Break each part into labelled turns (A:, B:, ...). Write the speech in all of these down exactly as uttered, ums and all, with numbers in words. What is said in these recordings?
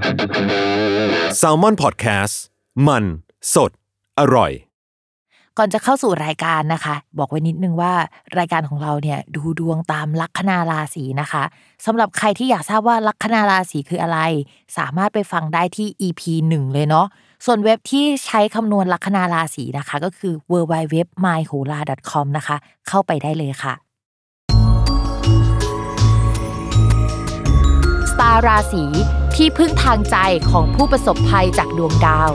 A: Salmon Podcast มันสดอร่อย
B: ก่อนจะเข้าสู่รายการนะคะบอกไว้นิดนึงว่ารายการของเราเนี่ยดูดวงตามลัคนาราศีนะคะสำหรับใครที่อยากทราบว่าลัคนาราศีคืออะไรสามารถไปฟังได้ที่ อี พี หนึ่งเลยเนาะส่วนเว็บที่ใช้คำนวณลัคนาราศีนะคะก็คือ ดับเบิลยู ดับเบิลยู ดับเบิลยู ดอท มายโหรา ดอท คอม นะคะเข้าไปได้เลยค่ะสตาร์ราศีที่พึ่งทางใจของผู้ประสบภัยจากดวงดาว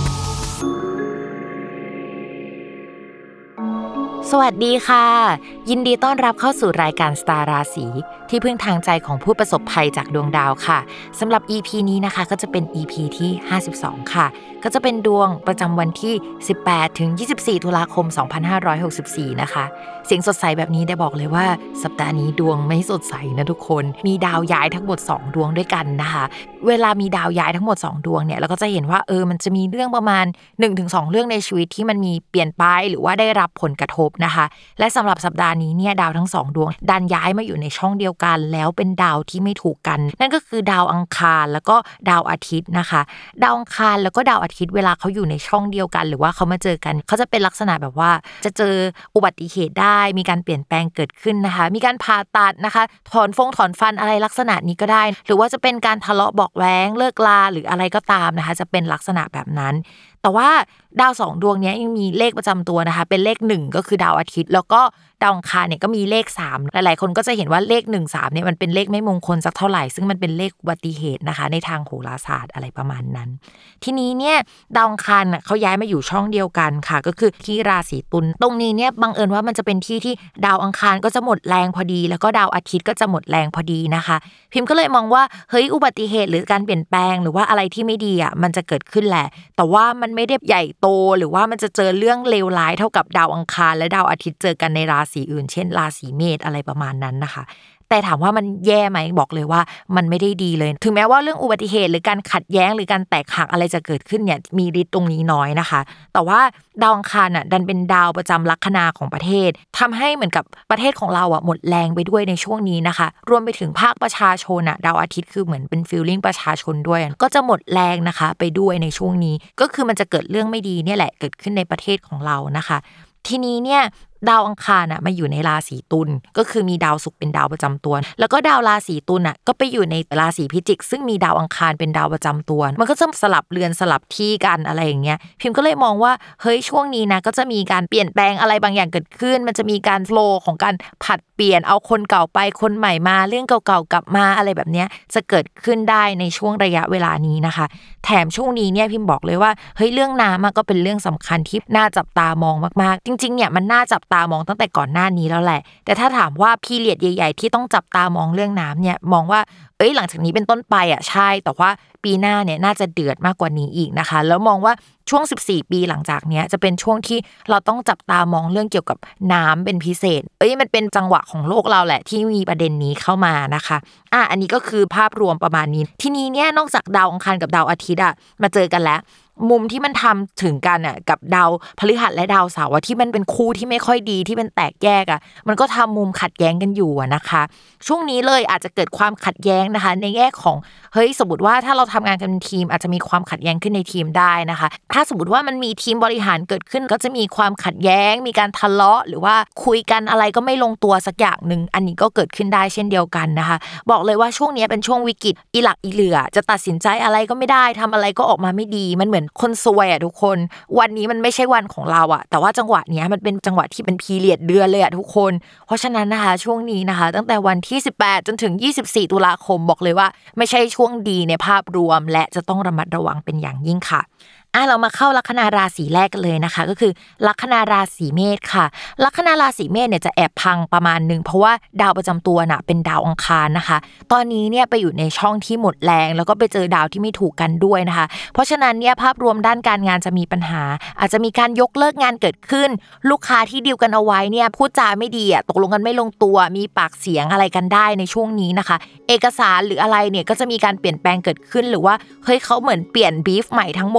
B: สวัสดีค่ะยินดีต้อนรับเข้าสู่รายการสตาร์ราศีที่พึ่งทางใจของผู้ประสบภัยจากดวงดาวค่ะสำหรับ อี พี นี้นะคะก็จะเป็น อี พี ที่ห้าสิบสองค่ะก็จะเป็นดวงประจำวันที่สิบแปดถึงยี่สิบสี่ตุลาคมสองพันห้าร้อยหกสิบสี่นะคะเสียงสดใสแบบนี้ได้บอกเลยว่าสัปดาห์นี้ดวงไม่สดใสนะทุกคนมีดาวย้ายทั้งหมดสองดวงด้วยกันนะคะเวลามีดาวย้ายทั้งหมดสองดวงเนี่ยเราก็จะเห็นว่าเออมันจะมีเรื่องประมาณ หนึ่งถึงสอง เรื่องในชีวิตที่มันมีเปลี่ยนไปหรือว่าได้รับผลกระทบนะคะและสำหรับสัปดาห์นี้เนี่ยดาวทั้งสองดวงดันย้ายมาอยู่ในช่องเดียวกันแล้วเป็นดาวที่ไม่ถูกกันนั่นก็คือดาวอังคารแล้วก็ดาวอาทิตย์นะคะดาวอังคารแล้วก็ดาวอาทิตย์เวลาเขาอยู่ในช่องเดียวกันหรือว่าเขามาเจอกันเขาจะเป็นลักษณะแบบว่าจะเจออุบัติเหตุได้มีการเปลี่ยนแปลงเกิดขึ้นนะคะมีการผ่าตัดนะคะถอนฟงถอนฟันอะไรลักษณะนี้ก็ได้หรือว่าจะเป็นการทะเลาะเบาะแว้งเลิกลาหรืออะไรก็ตามนะคะจะเป็นลักษณะแบบนั้นแต่ว่าดาวสองดวงนี้ยังมีเลขประจำตัวนะคะเป็นเลขหนึ่งก็คือดาวอาทิตย์แล้วก็ดาวอังคารเนี่ยก็มีเลขสามหลายๆคนก็จะเห็นว่าเลขหนึ่ง สามเนี่ยมันเป็นเลขไม่มงคลสักเท่าไหร่ซึ่งมันเป็นเลขอุบัติเหตุนะคะในทางโหราศาสตร์อะไรประมาณนั้นทีนี้เนี่ยดาวอังคารน่ะเขาย้ายมาอยู่ช่องเดียวกันค่ะก็คือที่ราศีตุลตรงนี้เนี่ยบังเอิญว่ามันจะเป็นที่ที่ดาวอังคารก็จะหมดแรงพอดีแล้วก็ดาวอาทิตย์ก็จะหมดแรงพอดีนะคะพิมพ์ก็เลยมองว่าเฮ้ยอุบัติเหตุหรือการเปลี่ยนแปลงหรือว่าอะไรที่ไม่ดีอ่ะมันจะเกิดขึ้นแหละแต่ว่ามันไม่ได้ใหญ่โตหรือว่ามันจะเจอเรื่องเลวร้ายเท่ากับดาวอังคารและดาวอาทิตย์เจอกันในราศีอื่นเช่นราศีเมษอะไรประมาณนั้นนะคะแต่ถามว่ามันแย่ไหมบอกเลยว่ามันไม่ได้ดีเลยถึงแม้ว่าเรื่องอุบัติเหตุหรือการขัดแย้งหรือการแตกหักอะไรจะเกิดขึ้นเนี่ยมีฤทธิ์ตรงนี้น้อยนะคะแต่ว่าดาวอังคารน่ะดันเป็นดาวประจำลัคนาของประเทศทำให้เหมือนกับประเทศของเราอ่ะหมดแรงไปด้วยในช่วงนี้นะคะรวมไปถึงภาคประชาชนอ่ะดาวอาทิตย์คือเหมือนเป็นฟีลลิ่งประชาชนด้วยก็จะหมดแรงนะคะไปด้วยในช่วงนี้ก็คือมันจะเกิดเรื่องไม่ดีเนี่ยแหละเกิดขึ้นในประเทศของเรานะคะทีนี้เนี่ยดาวอังคารน่ะมาอยู่ในราศีตุลก็คือมีดาวศุกร์เป็นดาวประจำตัวแล้วก็ดาวราศีตุลน่ะก็ไปอยู่ในราศีพิจิกซึ่งมีดาวอังคารเป็นดาวประจำตัวมันก็จะสลับเรือนสลับที่กันอะไรอย่างเงี้ยพิมพ์ก็เลยมองว่าเฮ้ยช่วงนี้นะก็จะมีการเปลี่ยนแปลงอะไรบางอย่างเกิดขึ้นมันจะมีการโฟลว์ของการผัดเปลี่ยนเอาคนเก่าไปคนใหม่มาเรื่องเก่าๆกลับมาอะไรแบบเนี้ยจะเกิดขึ้นได้ในช่วงระยะเวลานี้นะคะแถมช่วงนี้เนี่ยพิมพ์บอกเลยว่าเฮ้ยเรื่องน้ำก็เป็นเรื่องสำคัญที่น่าจับตามองมากๆจริงๆเนี่ยมันน่าจับตามองตั้งแต่ก่อนหน้านี้แล้วแหละแต่ถ้าถามว่าพีเรียดใหญ่ๆที่ต้องจับตามองเรื่องน้ำเนี่ยมองว่าเอ้ยหลังจากนี้เป็นต้นไปอ่ะใช่แต่ว่าปีหน้าเนี่ยน่าจะเดือดมากกว่านี้อีกนะคะแล้วมองว่าช่วงสิบสี่ปีหลังจากเนี้ยจะเป็นช่วงที่เราต้องจับตามองเรื่องเกี่ยวกับน้ำเป็นพิเศษเอ้ยมันเป็นจังหวะของโลกเราแหละที่มีประเด็นนี้เข้ามานะคะอ่ะอันนี้ก็คือภาพรวมประมาณนี้ทีนี้เนี่ยนอกจากดาวอังคารกับดาวอาทิตย์อ่ะมาเจอกันแล้วมุมที่มันทำถึงกันอ่ะกับดาวพฤหัสและดาวเสาร์ที่มันเป็นคู่ที่ไม่ค่อยดีที่เป็นแตกแยกอ่ะมันก็ทำมุมขัดแย้งกันอยู่อ่ะนะคะช่วงนี้เลยอาจจะเกิดความขัดแย้งนะคะในแง่ของเฮ้ยสมมติว่าถ้าเราทำงานกันเป็นทีมอาจจะมีความขัดแย้งขึ้นในทีมได้นะคะถ้าสมมติว่ามันมีทีมบริหารเกิดขึ้นก็จะมีความขัดแย้งมีการทะเลาะหรือว่าคุยกันอะไรก็ไม่ลงตัวสักอย่างนึงอันนี้ก็เกิดขึ้นได้เช่นเดียวกันนะคะบอกเลยว่าช่วงนี้เป็นช่วงวิกฤตอีหลักอีเหลือจะตัดสินใจอะไรก็ไม่ได้ทำอะไรก็ออกมาไม่ดีมันเหมือนคนซวยอ่ะทุกคนวันนี้มันไม่ใช่วันของเราอ่ะแต่ว่าจังหวะเนี้ยมันเป็นจังหวะที่เป็นพีเรียดเดือนเลยอ่ะทุกคนเพราะฉะนั้นนะคะช่วงนี้นะคะตั้งแต่วันที่สิบแปดจนถึงยี่สิบสี่ตุลาคมบอกเลยว่าไม่ใช่ช่วงดีในภาพรวมและจะต้องระมัดระวังเป็นอย่างยิ่งค่ะอ่ะเรามาเข้าลัคนาราศีแรกกันเลยนะคะก็คือลัคนาราศีเมษค่ะลัคนาราศีเมษเนี่ยจะแอบพังประมาณนึงเพราะว่าดาวประจำตัวน่ะเป็นดาวอังคารนะคะตอนนี้เนี่ยไปอยู่ในช่องที่หมดแรงแล้วก็ไปเจอดาวที่ไม่ถูกกันด้วยนะคะเพราะฉะนั้นเนี่ยภาพรวมด้านการงานจะมีปัญหาอาจจะมีการยกเลิกงานเกิดขึ้นลูกค้าที่ดีลกันเอาไว้เนี่ยพูดจาไม่ดีอ่ะตกลงกันไม่ลงตัวมีปากเสียงอะไรกันได้ในช่วงนี้นะคะเอกสารหรืออะไรเนี่ยก็จะมีการเปลี่ยนแปลงเกิดขึ้นหรือว่าเฮ้ยเขาเหมือนเปลี่ยนบีฟใหม่ทั้งหมดอ่ะทำ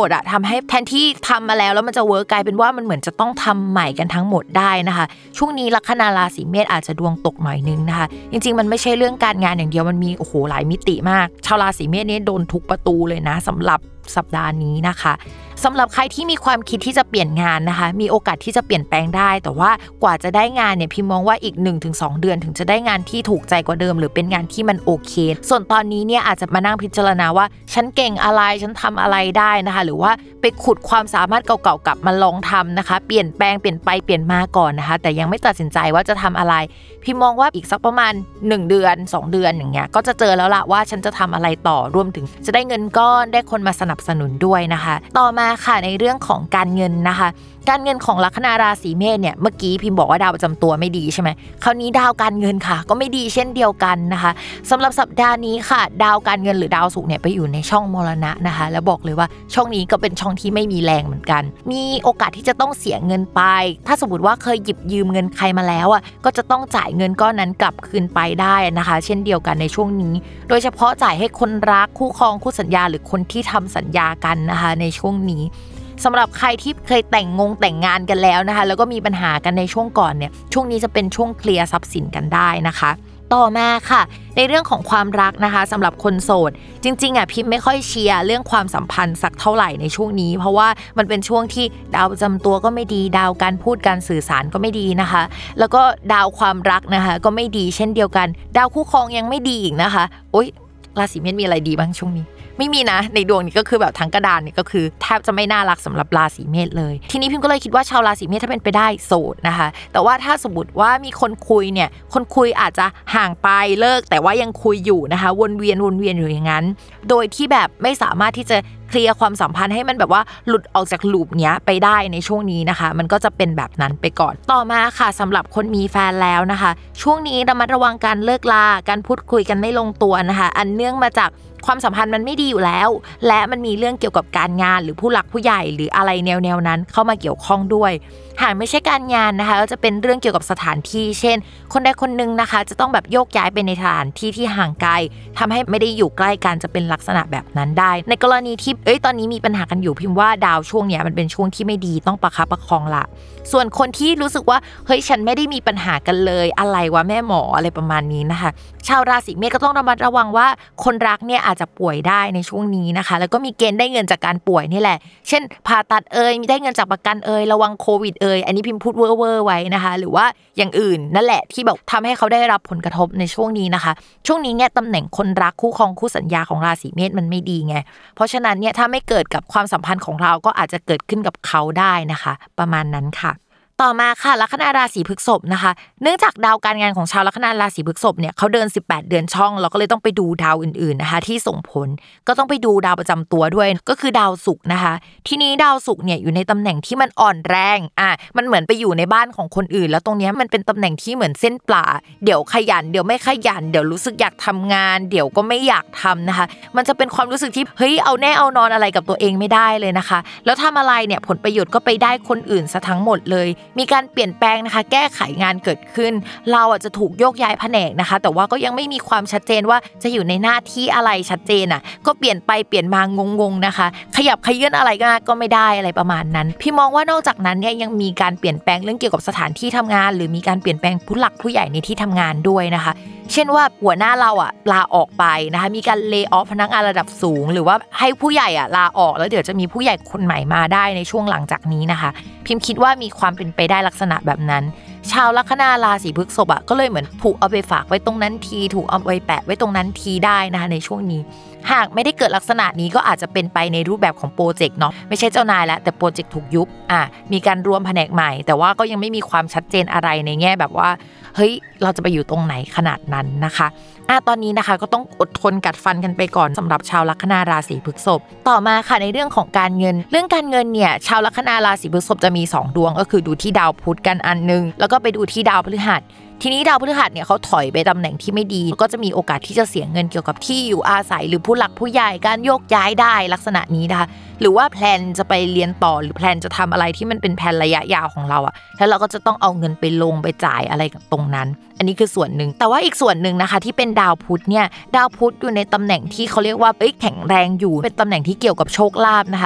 B: ำให้แทนที่ทำมาแล้วแล้วมันจะเวิร์กกลายเป็นว่ามันเหมือนจะต้องทำใหม่กันทั้งหมดได้นะคะช่วงนี้ลัคนาราศีเมษอาจจะดวงตกหน่อยนึงนะคะจริงๆมันไม่ใช่เรื่องการงานอย่างเดียวมันมีโอ้โหหลายมิติมากชาวราศีเมษนี่โดนทุกประตูเลยนะสำหรับสัปดาห์นี้นะคะสำหรับใครที่มีความคิดที่จะเปลี่ยนงานนะคะมีโอกาสที่จะเปลี่ยนแปลงได้แต่ว่ากว่าจะได้งานเนี่ยพี่มองว่าอีก หนึ่งถึงสอง เดือนถึงจะได้งานที่ถูกใจกว่าเดิมหรือเป็นงานที่มันโอเคส่วนตอนนี้เนี่ยอาจจะมานั่งพิจารณาว่าฉันเก่งอะไรฉันทำอะไรได้นะคะหรือว่าไปขุดความสามารถเก่าๆกลับมาลองทำนะคะเปลี่ยนแปลงเปลี่ยนไปเปลี่ยนมาก่อนนะคะแต่ยังไม่ตัดสินใจว่าจะทำอะไรพี่มองว่าอีกสักประมาณหนึ่งเดือนสองเดือนอย่างเงี้ยก็จะเจอแล้วล่ะว่าฉันจะทำอะไรต่อรวมถึงจะได้เงินก้อนได้คนมาสนับสนุนด้วยนะคะต่อมาค่ะในเรื่องของการเงินนะคะการเงินของลัคนาราศีเมษเนี่ยเมื่อกี้พิมพ์บอกว่าดาวประจำตัวไม่ดีใช่ไหมคราวนี้ดาวการเงินค่ะก็ไม่ดีเช่นเดียวกันนะคะสำหรับสัปดาห์นี้ค่ะดาวการเงินหรือดาวศุกร์เนี่ยไปอยู่ในช่องมรณะนะคะแล้วบอกเลยว่าช่องนี้ก็เป็นช่องที่ไม่มีแรงเหมือนกันมีโอกาสที่จะต้องเสียเงินไปถ้าสมมติว่าเคยหยิบยืมเงินใครมาแล้วอ่ะก็จะต้องจ่ายเงินก้อนนั้นกลับคืนไปได้นะคะเช่นเดียวกันในช่วงนี้โดยเฉพาะจ่ายให้คนรักคู่ครองคู่สัญญาหรือคนที่ทำสัญญากันนะคะในช่วงนี้สำหรับใครที่เคยแต่งงงแต่งงานกันแล้วนะคะแล้วก็มีปัญหากันในช่วงก่อนเนี่ยช่วงนี้จะเป็นช่วงเคลียร์ทรัพย์สินกันได้นะคะต่อมาค่ะในเรื่องของความรักนะคะสำหรับคนโสดจริงๆอ่ะพิมไม่ค่อยเชียร์เรื่องความสัมพันธ์สักเท่าไหร่ในช่วงนี้เพราะว่ามันเป็นช่วงที่ดาวประจำตัวก็ไม่ดีดาวการพูดการสื่อสารก็ไม่ดีนะคะแล้วก็ดาวความรักนะคะก็ไม่ดีเช่นเดียวกันดาวคู่ครองยังไม่ดีอีกนะคะโอ๊ยราศีเมษมีอะไรดีบ้างช่วงนี้ไม่มีนะในดวงนี้ก็คือแบบทั้งกระดานเนี่ยก็คือแทบจะไม่น่ารักสำหรับราศีเมษเลยทีนี้พิมก็เลยคิดว่าชาวราศีเมษถ้าเป็นไปได้โสดนะคะแต่ว่าถ้าสมมติว่ามีคนคุยเนี่ยคนคุยอาจจะห่างไปเลิกแต่ว่ายังคุยอยู่นะคะวนเวียนวนเวียนอยู่อย่างนั้นโดยที่แบบไม่สามารถที่จะเคลียร์ความสัมพันธ์ให้มันแบบว่าหลุดออกจากลูปเนี้ยไปได้ในช่วงนี้นะคะมันก็จะเป็นแบบนั้นไปก่อนต่อมาค่ะสำหรับคนมีแฟนแล้วนะคะช่วงนี้ระมัดระวังการเลิกลาการพูดคุยกันไม่ลงตัวนะคะอันเนื่องมาจากความสัมพันธ์มันไม่ดีอยู่แล้วและมันมีเรื่องเกี่ยวกับการงานหรือผู้หลักผู้ใหญ่หรืออะไรแนวๆนั้นเข้ามาเกี่ยวข้องด้วยหากไม่ใช่การงานนะคะก็จะเป็นเรื่องเกี่ยวกับสถานที่เช่นคนใดคนหนึ่งนะคะจะต้องแบบโยกย้ายไปในสถานที่ที่ห่างไกลทำให้ไม่ได้อยู่ใกล้กันจะเป็นลักษณะแบบนั้นได้ในกรณีที่เอ้ยตอนนี้มีปัญหากันอยู่พิมพ์ว่าดาวช่วงเนี้ยมันเป็นช่วงที่ไม่ดีต้องประคับประคองละส่วนคนที่รู้สึกว่าเฮ้ยฉันไม่ได้มีปัญหากันเลยอะไรวะแม่หมออะไรประมาณนี้นะคะชาวราศีเมษก็ต้องระมัดระวังว่าคนรักเนี่ยอาจจะป่วยได้ในช่วงนี้นะคะแล้วก็มีเกณฑ์ได้เงินจากการป่วยนี่แหละเช่นผ่าตัดเอ่ยมีได้เงินจากประกันเอ่ยระวังโควิดเอ่ยอันนี้พิมพ์พูดเว่อร์ๆไว้นะคะหรือว่าอย่างอื่นนั่นแหละที่แบบทำให้เขาได้รับผลกระทบในช่วงนี้นะคะช่วงนี้เนี่ยตำแหน่งคนรักคู่ครองคู่สัญญาของราศีเมษมันไม่ดีไงเพราะฉะนั้นเนี่ยถ้าไม่เกิดกับความสัมพันธ์ของเราก็อาจจะเกิดขึ้นกับเขาได้นะคะประมาณนั้นค่ะต่อมาค่ะลัคนาราศีพฤษภนะคะเนื่องจากดาวการงานของชาวลัคนาราศีพฤษภเนี่ยเขาเดินสิบแปดเดือนช่องเราก็เลยต้องไปดูดาวอื่นๆนะคะที่ส่งผลก็ต้องไปดูดาวประจำตัวด้วยก็คือดาวศุกร์นะคะทีนี้ดาวศุกร์เนี่ยอยู่ในตำแหน่งที่มันอ่อนแรงอ่ะมันเหมือนไปอยู่ในบ้านของคนอื่นแล้วตรงนี้มันเป็นตำแหน่งที่เหมือนเส้นปลาเดี๋ยวขยันเดี๋ยวไม่ขยันเดี๋ยวรู้สึกอยากทำงานเดี๋ยวก็ไม่อยากทำนะคะมันจะเป็นความรู้สึกที่เฮ้ยเอาแน่เอานอนอะไรกับตัวเองไม่ได้เลยนะคะแล้วทำอะไรเนี่ยผลประโยชน์ก็ไปได้คนอื่นซะทั้งหมดเลยมีการเปลี่ยนแปลงนะคะแก้ไขงานเกิดขึ้นเราอ่ะจะถูกโยกย้ายแผนกนะคะแต่ว่าก็ยังไม่มีความชัดเจนว่าจะอยู่ในหน้าที่อะไรชัดเจนอ่ะก็เปลี่ยนไปเปลี่ยนมางงๆนะคะขยับขยื่นอะไรก็ก็ไม่ได้อะไรประมาณนั้นพี่มองว่านอกจากนั้นเนี่ยยังมีการเปลี่ยนแปลงเรื่องเกี่ยวกับสถานที่ทำงานหรือมีการเปลี่ยนแปลงผู้หลักผู้ใหญ่ในที่ทำงานด้วยนะคะเช่นว่าหัวหน้าเราอ่ะลาออกไปนะคะมีการเลย์ออฟพนักงานระดับสูงหรือว่าให้ผู้ใหญ่อ่ะลาออกแล้วเดี๋ยวจะมีผู้ใหญ่คนใหม่มาได้ในช่วงหลังจากนี้นะคะพิมคิดว่ามีความเป็นไปได้ลักษณะแบบนั้นชาวลัคนาราศีพฤษภอ่ะก็เลยเหมือนถูกเอาไปฝากไว้ตรงนั้นทีถูกเอาไปแปะไว้ตรงนั้นทีได้นะคะในช่วงนี้หากไม่ได้เกิดลักษณะนี้ก็อาจจะเป็นไปในรูปแบบของโปรเจกต์เนาะไม่ใช่เจ้านายแล้วแต่โปรเจกต์ถูกยุบอ่ะมีการรวมแผนกใหม่แต่ว่าก็ยังไม่มีความชัดเจนอะไรในแง่แบบว่าเฮ้ยเราจะไปอยู่ตรงไหนขนาดนั้นนะคะอ่ะตอนนี้นะคะก็ต้องอดทนกัดฟันกันไปก่อนสำหรับชาวลัคนาราศีพฤษภต่อมาค่ะในเรื่องของการเงินเรื่องการเงินเนี่ยชาวลัคนาราศีพฤษภจะมีสองดวงก็คือดูที่ดาวพุธกันอันนึงแล้วก็ไปดูที่ดาวพฤหัสทีนี้ดาวพฤหัสเนี่ยเขาถอยไปตำแหน่งที่ไม่ดีก็จะมีโอกาสที่จะเสียเงินเกี่ยวกับที่อยู่อาศัยหรือผู้หลักผู้ใหญ่การโยกย้ายได้ลักษณะนี้นะคะหรือว่าแพลนจะไปเรียนต่อหรือแพลนจะทำอะไรที่มันเป็นแผนระยะยาวของเราอะแล้วเราก็จะต้องเอาเงินไปลงไปจ่ายอะไรกับตรงนั้นอันนี้คือส่วนหนึ่งแต่ว่าอีกส่วนหนึ่งนะคะที่เป็นดาวพุธเนี่ยดาวพุธอยู่ในตำแหน่งที่เขาเรียกว่าเอ้ยแข็งแรงอยู่เป็นตำแหน่งที่เกี่ยวกับโชคลาภนะคะ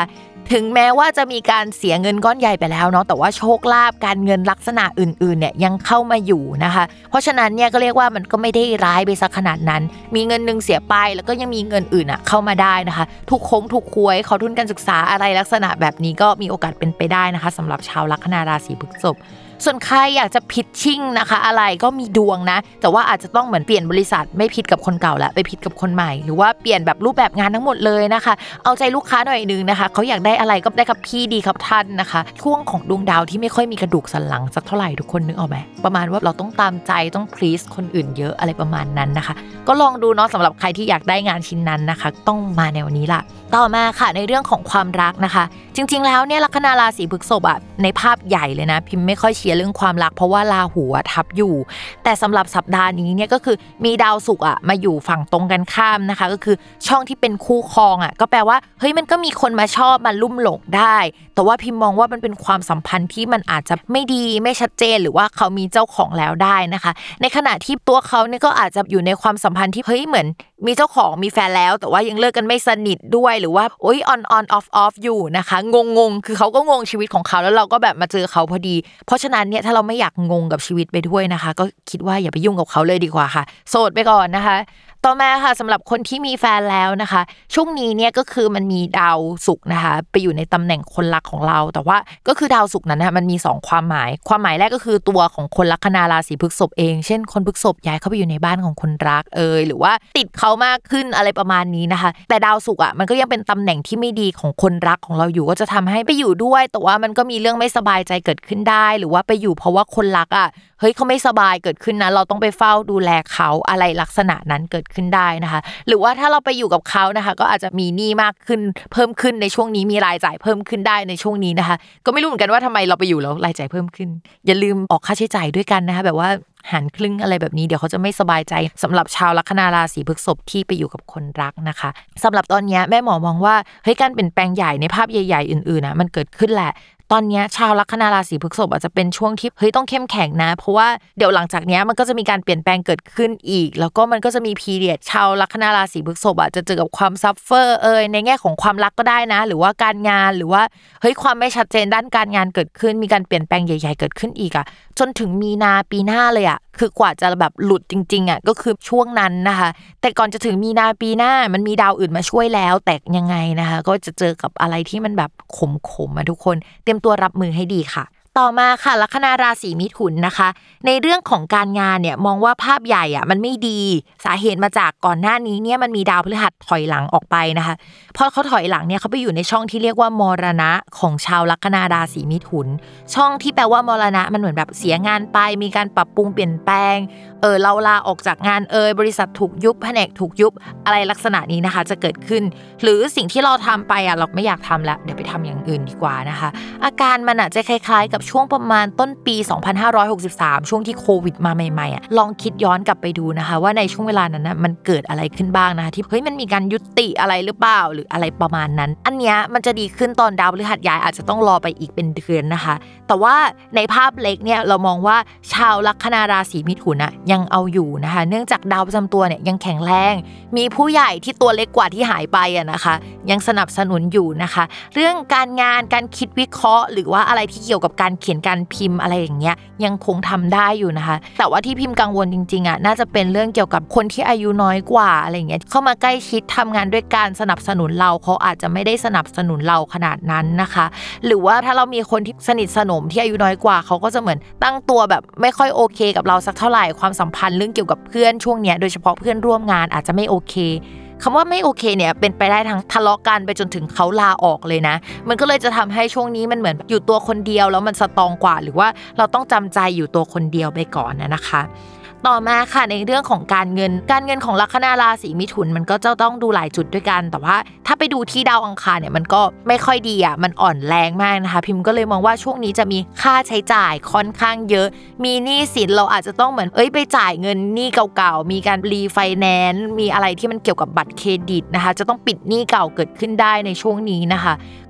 B: ถึงแม้ว่าจะมีการเสียเงินก้อนใหญ่ไปแล้วเนาะแต่ว่าโชคลาภการเงินลักษณะอื่นๆเนี่ยยังเข้ามาอยู่นะคะเพราะฉะนั้นเนี่ยก็เรียกว่ามันก็ไม่ได้ร้ายไปซะขนาดนั้นมีเงินนึงเสียไปแล้วก็ยังมีเงินอื่นอ่ะเข้ามาได้นะคะทุกโค้งทุกควยขอทุนการศึกษาอะไรลักษณะแบบนี้ก็มีโอกาสเป็นไปได้นะคะสำหรับชาวลัคนาราศีพฤษภส่วนใครอยากจะพิชชิ่งนะคะอะไรก็มีดวงนะแต่ว่าอาจจะต้องเหมือนเปลี่ยนบริษัทไม่พิชกับคนเก่าแล้วไปพิชกับคนใหม่หรือว่าเปลี่ยนแบบรูปแบบงานทั้งหมดเลยนะคะเอาใจลูกค้าหน่อยนึงนะคะเขาอยากได้อะไรก็ได้ครับพี่ดีครับท่านนะคะช่วงของดวงดาวที่ไม่ค่อยมีกระดูกสันหลังสักเท่าไหร่ทุกคนนึกออกไหมประมาณว่าเราต้องตามใจต้องพลีสคนอื่นเยอะอะไรประมาณนั้นนะคะก็ลองดูเนาะสำหรับใครที่อยากได้งานชิ้นนั้นนะคะต้องมาแนวนี้ล่ะต่อมาค่ะในเรื่องของความรักนะคะจริงๆแล้วเนี่ยลัคนาราศีพฤษภอ่ะในภาพใหญ่เลยนะพิมพ์ไม่ค่อยเชียร์เรื่องความรักเพราะว่าราหูทับอยู่แต่สำหรับสัปดาห์นี้เนี่ยก็คือมีดาวศุกร์อ่ะมาอยู่ฝั่งตรงกันข้ามนะคะก็คือช่องที่เป็นคู่ครองอ่ะก็แปลว่าเฮ้ยมันก็มีคนมาชอบมาลุ่มหลงได้แต่ว่าพิมพ์มองว่ามันเป็นความสัมพันธ์ที่มันอาจจะไม่ดีไม่ชัดเจนหรือว่าเขามีเจ้าของแล้วได้นะคะในขณะที่ตัวเขาเนี่ยก็อาจจะอยู่ในความสัมพันธ์ที่เฮ้ยเหมือนมีเจ้าของมีแฟนแล้วแต่ว่ายังเลิกกันไม่สนิทด้วยหรือว่าโอ๊ย on on off off อยู่นะคะงงงคือเขาก็งงชีวิตของเขาแล้วเราก็แบบมาเจอเขาพอดีเพราะฉะนั้นเนี่ยถ้าเราไม่อยากงงกับชีวิตไปด้วยนะคะก็คิดว่าอย่าไปยุ่งกับเขาเลยดีกว่าค่ะโสดไปก่อนนะคะต่อมาค่ะสำหรับคนที่มีแฟนแล้วนะคะช่วงนี้เนี่ยก็คือมันมีดาวศุกร์นะคะไปอยู่ในตำแหน่งคนรักของเราแต่ว่าก็คือดาวศุกร์นั้นนะมันมีสองความหมายความหมายแรกก็คือตัวของคนลัคนาราศีพฤษภเองเช่นคนพฤษภย้ายเข้าไปอยู่ในบ้านของคนรักเอยหรือว่าติดเขามากขึ้นอะไรประมาณนี้นะคะแต่ดาวศุกร์อ่ะมันก็ยังเป็นตำแหน่งที่ไม่ดีของคนรักของเราอยู่ก็จะทำให้ไปอยู่ด้วยแต่ว่ามันก็มีเรื่องไม่สบายใจเกิดขึ้นได้หรือว่าไปอยู่เพราะว่าคนรักอ่ะเฮ้ยเขาไม่สบายเกิดขึ้นนะเราต้องไปเฝ้าดูแลเขาอะไรลักษณะนั้นเกิดขึ้นได้นะคะหรือว่าถ้าเราไปอยู่กับเขานะคะก็อาจจะมีหนี้มากขึ้นเพิ่มขึ้นในช่วงนี้มีรายจ่ายเพิ่มขึ้นได้ในช่วงนี้นะคะก็ไม่รู้เหมือนกันว่าทำไมเราไปอยู่แล้วรายจ่ายเพิ่มขึ้นอย่าลืมออกค่าใช้จ่ายด้วยกันนะคะแบบว่าหารครึ่งอะไรแบบนี้เดี๋ยวเขาจะไม่สบายใจสำหรับชาวลัคนาราศีพฤษภที่ไปอยู่กับคนรักนะคะสำหรับตอนนี้แม่หมอมองว่าเฮ้ยการเปลี่ยนแปลงใหญ่ในภาพใหญ่ๆอื่นๆนะมันเกิดขึ้นแหละตอนนี้ชาวลัคนาราศีพฤษภอาจจะเป็นช่วงที่เฮ้ยต้องเข้มแข็งนะเพราะว่าเดี๋ยวหลังจากนี้มันก็จะมีการเปลี่ยนแปลงเกิดขึ้นอีกแล้วก็มันก็จะมีพีเรียดชาวลัคนาราศีพฤษภอาจจะเจอกับความซัฟเฟอร์เอ่ยในแง่ของความรักก็ได้นะหรือว่าการงานหรือว่าเฮ้ยความไม่ชัดเจนด้านการงานเกิดขึ้นมีการเปลี่ยนแปลงใหญ่ๆเกิดขึ้นอีกอ่ะจนถึงมีนาปีหน้าเลยอ่ะคือกว่าจะแบบหลุดจริงๆอ่ะก็คือช่วงนั้นนะคะแต่ก่อนจะถึงมีนาปีหน้ามันมีดาวอื่นมาช่วยแล้วแต่ยังไงนะคะก็จะเจอกับอะไรที่มันแบบขมๆอ่ะทุกคนเตรียมตัวรับมือให้ดีค่ะต่อมาค่ะลัคนาราศีมิถุนนะคะในเรื่องของการงานเนี่ยมองว่าภาพใหญ่อ่ะมันไม่ดีสาเหตุมาจากก่อนหน้านี้เนี่ยมันมีดาวพฤหัสถอยหลังออกไปนะคะพอเขาถอยหลังเนี่ยเขาไปอยู่ในช่องที่เรียกว่ามรณะของชาวลัคนาราศีมิถุนช่องที่แปลว่ามรณะมันเหมือนแบบเสียงานไปมีการปรับปรุงเปลี่ยนแปลงเออเราลาออกจากงานเอยบริษัทถูกยุบแผนกถูกยุบอะไรลักษณะนี้นะคะจะเกิดขึ้นหรือสิ่งที่เราทำไปอ่ะเราไม่อยากทำแล้วเดี๋ยวไปทำอย่างอื่นดีกว่านะคะอาการมันอาจจะคล้ายๆกับช่วงประมาณต้นปีสองพันห้าร้อยหกสิบสามช่วงที่โควิดมาใหม่ๆอ่ะลองคิดย้อนกลับไปดูนะคะว่าในช่วงเวลานั้นนะมันเกิดอะไรขึ้นบ้างนะคะที่เฮ้ยมันมีการยุติอะไรหรือเปล่าหรืออะไรประมาณนั้นอันเนี้ยมันจะดีขึ้นตอนดาวพฤหัสย้ายอาจจะต้องรอไปอีกเป็นเดือนนะคะแต่ว่าในภาพเล็กเนี่ยเรามองว่าชาวลัคนาราศีมิถุนอ่ะยังเอาอยู่นะคะเนื่องจากดาวประจำตัวเนี่ยยังแข็งแรงมีผู้ใหญ่ที่ตัวเล็กกว่าที่หายไปอ่ะนะคะยังสนับสนุนอยู่นะคะเรื่องการงานการคิดวิเคราะห์หรือว่าอะไรที่เกี่ยวกับการเขียนการพิมพ์อะไรอย่างเงี้ยยังคงทำได้อยู่นะคะแต่ว่าที่พิมพ์กังวลจริงๆอ่ะน่าจะเป็นเรื่องเกี่ยวกับคนที่อายุน้อยกว่าอะไรอย่างเงี้ยเข้ามาใกล้ชิดทำงานด้วยการสนับสนุนเราเขาอาจจะไม่ได้สนับสนุนเราขนาดนั้นนะคะหรือว่าถ้าเรามีคนที่สนิทสนมที่อายุน้อยกว่าเขาก็จะเหมือนตั้งตัวแบบไม่ค่อยโอเคกับเราสักเท่าไหร่ความสัมพันธ์เรื่องเกี่ยวกับเพื่อนช่วงเนี้ยโดยเฉพาะเพื่อนร่วมงานอาจจะไม่โอเคคำว่าไม่โอเคเนี่ยเป็นไปได้ทั้งทะเลาะกันไปจนถึงเขาลาออกเลยนะมันก็เลยจะทำให้ช่วงนี้มันเหมือนอยู่ตัวคนเดียวแล้วมันสตรองกว่าหรือว่าเราต้องจำใจอยู่ตัวคนเดียวไปก่อนนะนะคะต่อมาค่ะในเรื่องของการเงินการเงินของลัคนาราศีมิถุนมันก็จะต้องดูหลายจุดด้วยกันแต่ว่าถ้าไปดูที่ดาวอังคารเนี่ยมันก็ไม่ค่อยดีอ่ะมันอ่อนแรงมากนะคะพิมพ์ก็เลยมองว่าช่วงนี้จะมีค่าใช้จ่ายค่อนข้างเยอะมีหนี้สินเราอาจจะต้องเหมือนเอ้ยไปจ่ายเงินหนี้เก่าๆมีการรีไฟแนนซ์มีอะไรที่มันเกี่ยวกับบัตรเครดิตนะคะจะต้องปิดหนี้เก่าเกิดขึ้นได้ในช่วงนี้นะคะ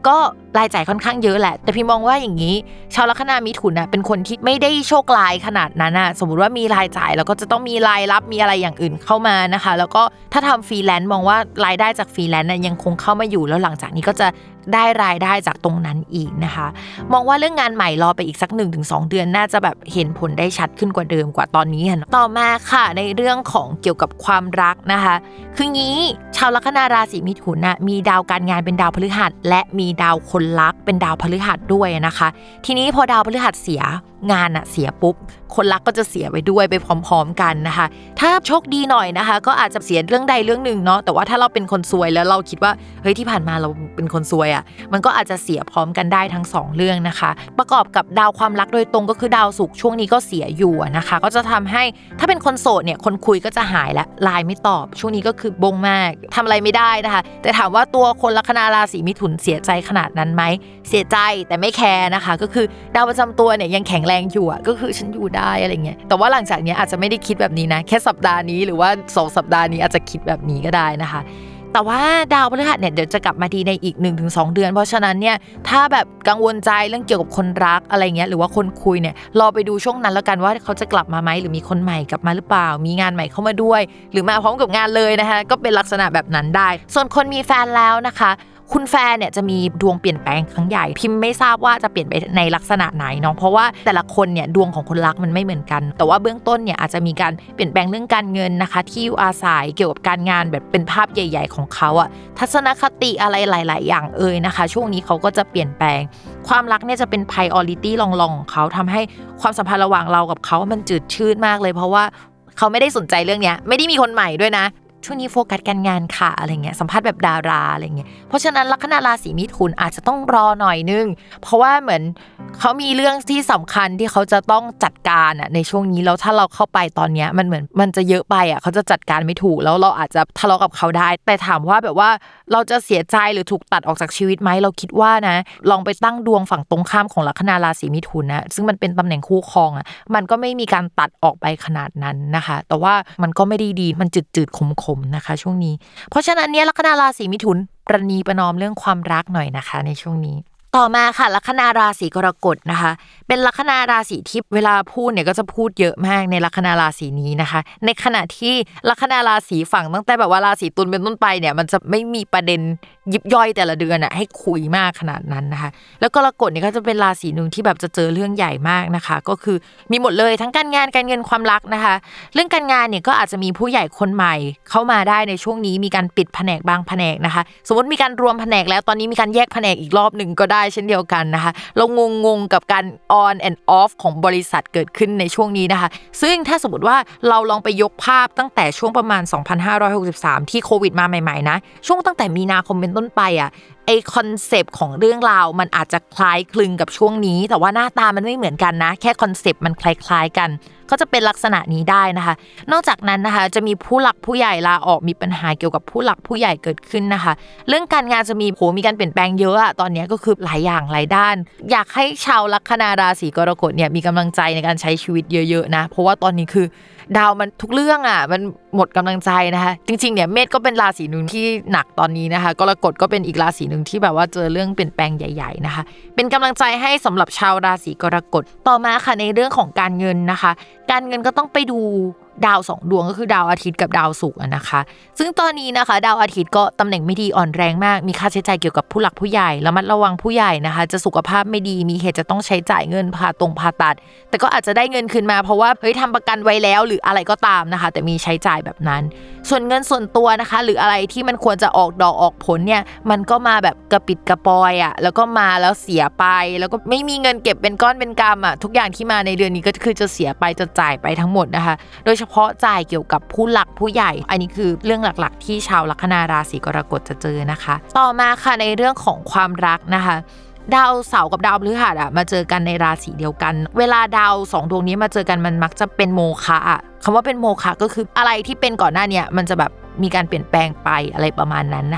B: ก็รายจ่ายค่อนข้างเยอะแหละแต่พี่มองว่าอย่างนี้ชาวลัคนามิถุนน่ะเป็นคนที่ไม่ได้โชคร้ายขนาดนั้นน่ะสมมุติว่ามีรายจ่ายแล้วก็จะต้องมีรายรับมีอะไรอย่างอื่นเข้ามานะคะแล้วก็ถ้าทำฟรีแลนซ์มองว่ารายได้จากฟรีแลนซ์น่ะยังคงเข้ามาอยู่แล้วหลังจากนี้ก็จะได้รายได้จากตรงนั้นอีกนะคะมองว่าเรื่องงานใหม่รอไปอีกสัก หนึ่งถึงสอง เดือนน่าจะแบบเห็นผลได้ชัดขึ้นกว่าเดิมกว่าตอนนี้ค่ะต่อมาค่ะในเรื่องของเกี่ยวกับความรักนะคะคืองี้ชาวลัคนาราศีมิถุนน่ะมีดาวการงานเป็นดาวพฤหัสและมีดาวคนรักเป็นดาวพฤหัสด้วยนะคะทีนี้พอดาวพฤหัสเสียงานอะเสียปุ๊บคนรักก็จะเสียไปด้วยไปพร้อมๆกันนะคะถ้าโชคดีหน่อยนะคะก็อาจจะเสียเรื่องใดเรื่องหนึ่งเนาะแต่ว่าถ้าเราเป็นคนซวยแล้วเราคิดว่าเฮ้ยที่ผ่านมาเราเป็นคนซวยอะมันก็อาจจะเสียพร้อมกันได้ทั้งสองเรื่องนะคะประกอบกับดาวความรักโดยตรงก็คือดาวศุกร์ช่วงนี้ก็เสียอยู่นะคะก็จะทำให้ถ้าเป็นคนโสดเนี่ยคนคุยก็จะหายและไลน์ไม่ตอบช่วงนี้ก็คือบงมากทำอะไรไม่ได้นะคะแต่ถามว่าตัวคนลัคนาราศีมิถุนเสียใจขนาดนั้นไหมเสียใจแต่ไม่แคร์นะคะก็คือดาวประจำตัวเนี่ยยังแข็งแรงอยู่อ่ะก็คือฉันอยู่ได้อะไรเงี้ยแต่ว่าหลังจากนี้อาจจะไม่ได้คิดแบบนี้นะแค่สัปดาห์นี้หรือว่าสองสัปดาห์นี้อาจจะคิดแบบนี้ก็ได้นะคะแต่ว่าดาวพฤหัสเนี่ยเดี๋ยวจะกลับมาดีในอีก หนึ่งถึงสอง เดือนเพราะฉะนั้นเนี่ยถ้าแบบกังวลใจเรื่องเกี่ยวกับคนรักอะไรเงี้ยหรือว่าคนคุยเนี่ยรอไปดูช่วงนั้นแล้วกันว่าเขาจะกลับมาไหมหรือมีคนใหม่กลับมาหรือเปล่ามีงานใหม่เข้ามาด้วยหรือมาพร้อมกับงานเลยนะคะก็เป็นลักษณะแบบนั้นได้ส่วนคนมีแฟนแล้วนะคะคุณแฟนเนี่ยจะมีดวงเปลี่ยนแปลงครั้งใหญ่พิมพ์ไม่ทราบว่าจะเปลี่ยนไปในลักษณะไหนเนาะเพราะว่าแต่ละคนเนี่ยดวงของคนรักมันไม่เหมือนกันแต่ว่าเบื้องต้นเนี่ยอาจจะมีการเปลี่ยนแปลงเรื่องการเงินนะคะที่อยู่อาศัยเกี่ยวกับการงานแบบเป็นภาพใหญ่ๆของเขาอะทัศนคติอะไรหลายๆอย่างเอ่ยนะคะช่วงนี้เขาก็จะเปลี่ยนแปลงความรักเนี่ยจะเป็น priority รองๆของเขาทำให้ความสัมพันธ์ระหว่างเรากับเขามันจืดชืดมากเลยเพราะว่าเขาไม่ได้สนใจเรื่องนี้ไม่ได้มีคนใหม่ด้วยนะช่วงนี้โฟกัสการงานค่ะอะไรเงี้ยสัมภาษณ์แบบดาราอะไรเงี้ยเพราะฉะนั้นลัคนาราศีมิถุนอาจจะต้องรอหน่อยนึงเพราะว่าเหมือนเขามีเรื่องที่สำคัญที่เขาจะต้องจัดการอ่ะในช่วงนี้แล้วถ้าเราเข้าไปตอนเนี้ยมันเหมือนมันจะเยอะไปอ่ะเขาจะจัดการไม่ถูกแล้วเราอาจจะทะเลาะกับเขาได้แต่ถามว่าแบบว่าเราจะเสียใจหรือถูกตัดออกจากชีวิตไหมเราคิดว่านะลองไปตั้งดวงฝั่งตรงข้ามของลัคนาราศีมิถุนนะซึ่งมันเป็นตำแหน่งคู่ครองอ่ะมันก็ไม่มีการตัดออกไปขนาดนั้นนะคะแต่ว่ามันก็ไม่ได้ดีมันจืดๆขมๆนะคะช่วงนี้เพราะฉะนั้นเนี่ยลัคนาราศีมิถุนประนีประนอมเรื่องความรักหน่อยนะคะในช่วงนี้ต่อมาค่ะลัคนาราศีกรกฎนะคะเป็นลัคนาราศีที่เวลาพูดเนี่ยก็จะพูดเยอะมากในลัคนาราศีนี้นะคะในขณะที่ลัคนาราศีฝั่งตั้งแต่แบบว่าราศีตุลเป็นต้นไปเนี่ยมันจะไม่มีประเด็นยิบย่อยแต่ละเดือนอ่ะให้คุยมากขนาดนั้นนะคะแล้วกรกฎเนี่ยก็จะเป็นราศีนึงที่แบบจะเจอเรื่องใหญ่มากนะคะก็คือมีหมดเลยทั้งการงานการเงินความรักนะคะเรื่องการงานเนี่ยก็อาจจะมีผู้ใหญ่คนใหม่เข้ามาได้ในช่วงนี้มีการปิดแผนกบางแผนกนะคะสมมติมีการรวมแผนกแล้วตอนนี้มีการแยกแผนกอีกรอบนึงก็ได้เช่นเดียวกันนะคะเรางงๆกับการ on and off ของบริษัทเกิดขึ้นในช่วงนี้นะคะซึ่งถ้าสมมติว่าเราลองไปยกภาพตั้งแต่ช่วงประมาณสองพันห้าร้อยหกสิบสามที่โควิดมาใหม่ๆนะช่วงตั้งแต่มีนาคมเป็นต้นไปอ่ะไอคอนเซปต์ของเรื่องราวมันอาจจะคล้ายคลึงกับช่วงนี้แต่ว่าหน้าตามันไม่เหมือนกันนะแค่คอนเซปต์มันคล้ายๆกันก็จะเป็นลักษณะนี้ได้นะคะนอกจากนั้นนะคะจะมีผู้หลักผู้ใหญ่ลาออกมีปัญหาเกี่ยวกับผู้หลักผู้ใหญ่เกิดขึ้นนะคะเรื่องการงานจะมีโหมีการเปลี่ยนแปลงเยอะอะตอนนี้ก็คือหลายอย่างหลายด้านอยากให้ชาวลัคนาราศีกรกฎเนี่ยมีกำลังใจในการใช้ชีวิตเยอะๆนะเพราะว่าตอนนี้คือดาวมันทุกเรื่องอ่ะมันหมดกำลังใจนะคะจริงๆเนี่ยเมษก็เป็นราศีนึงที่หนักตอนนี้นะคะกรกฎก็เป็นอีกราศีนึงที่แบบว่าเจอเรื่องเปลี่ยนแปลงใหญ่ๆนะคะเป็นกำลังใจให้สำหรับชาวราศีกรกฎต่อมาค่ะในเรื่องของการเงินนะคะการเงินก็ต้องไปดูดาวสองดวงก็คือดาวอาทิตย์กับดาวศุกร์นะคะซึ่งตอนนี้นะคะดาวอาทิตย์ก็ตำแหน่งไม่ดีอ่อนแรงมากมีค่าใช้จ่ายเกี่ยวกับผู้หลักผู้ใหญ่ระมัดระวังผู้ใหญ่นะคะจะสุขภาพไม่ดีมีเหตุจะต้องใช้จ่ายเงินผ่าตรงผ่าตัดแต่ก็อาจจะได้เงินคืนมาเพราะว่าเฮ้ยทำประกันไว้แล้วหรืออะไรก็ตามนะคะแต่มีใช้จ่ายแบบนั้นส่วนเงินส่วนตัวนะคะหรืออะไรที่มันควรจะออกดอกออกผลเนี่ยมันก็มาแบบกระปิดกระปอยอ่ะแล้วก็มาแล้วเสียไปแล้วก็ไม่มีเงินเก็บเป็นก้อนเป็นกำอ่ะทุกอย่างที่มาในเดือนนี้ก็คือจะเสียไปจะจ่ายไปทั้งหมดนะคะโดยเฉพาะจ่ายเกี่ยวกับผู้หลักผู้ใหญ่อันนี้คือเรื่องหลักๆที่ชาวลัคนาราศีกรกฎจะเจอนะคะต่อมาค่ะในเรื่องของความรักนะคะดาวเสาร์กับดาวพฤหัสอ่ะมาเจอกันในราศีเดียวกันเวลาดาวสองดวงนี้มาเจอกันมันมักจะเป็นโมฆะอ่ะคำว่าเป็นโมฆะก็คืออะไรที่เป็นก่อนหน้านี้มันจะแบบมีการเปลี่ยนแปลงไปอะไรประมาณนั้นนะคะ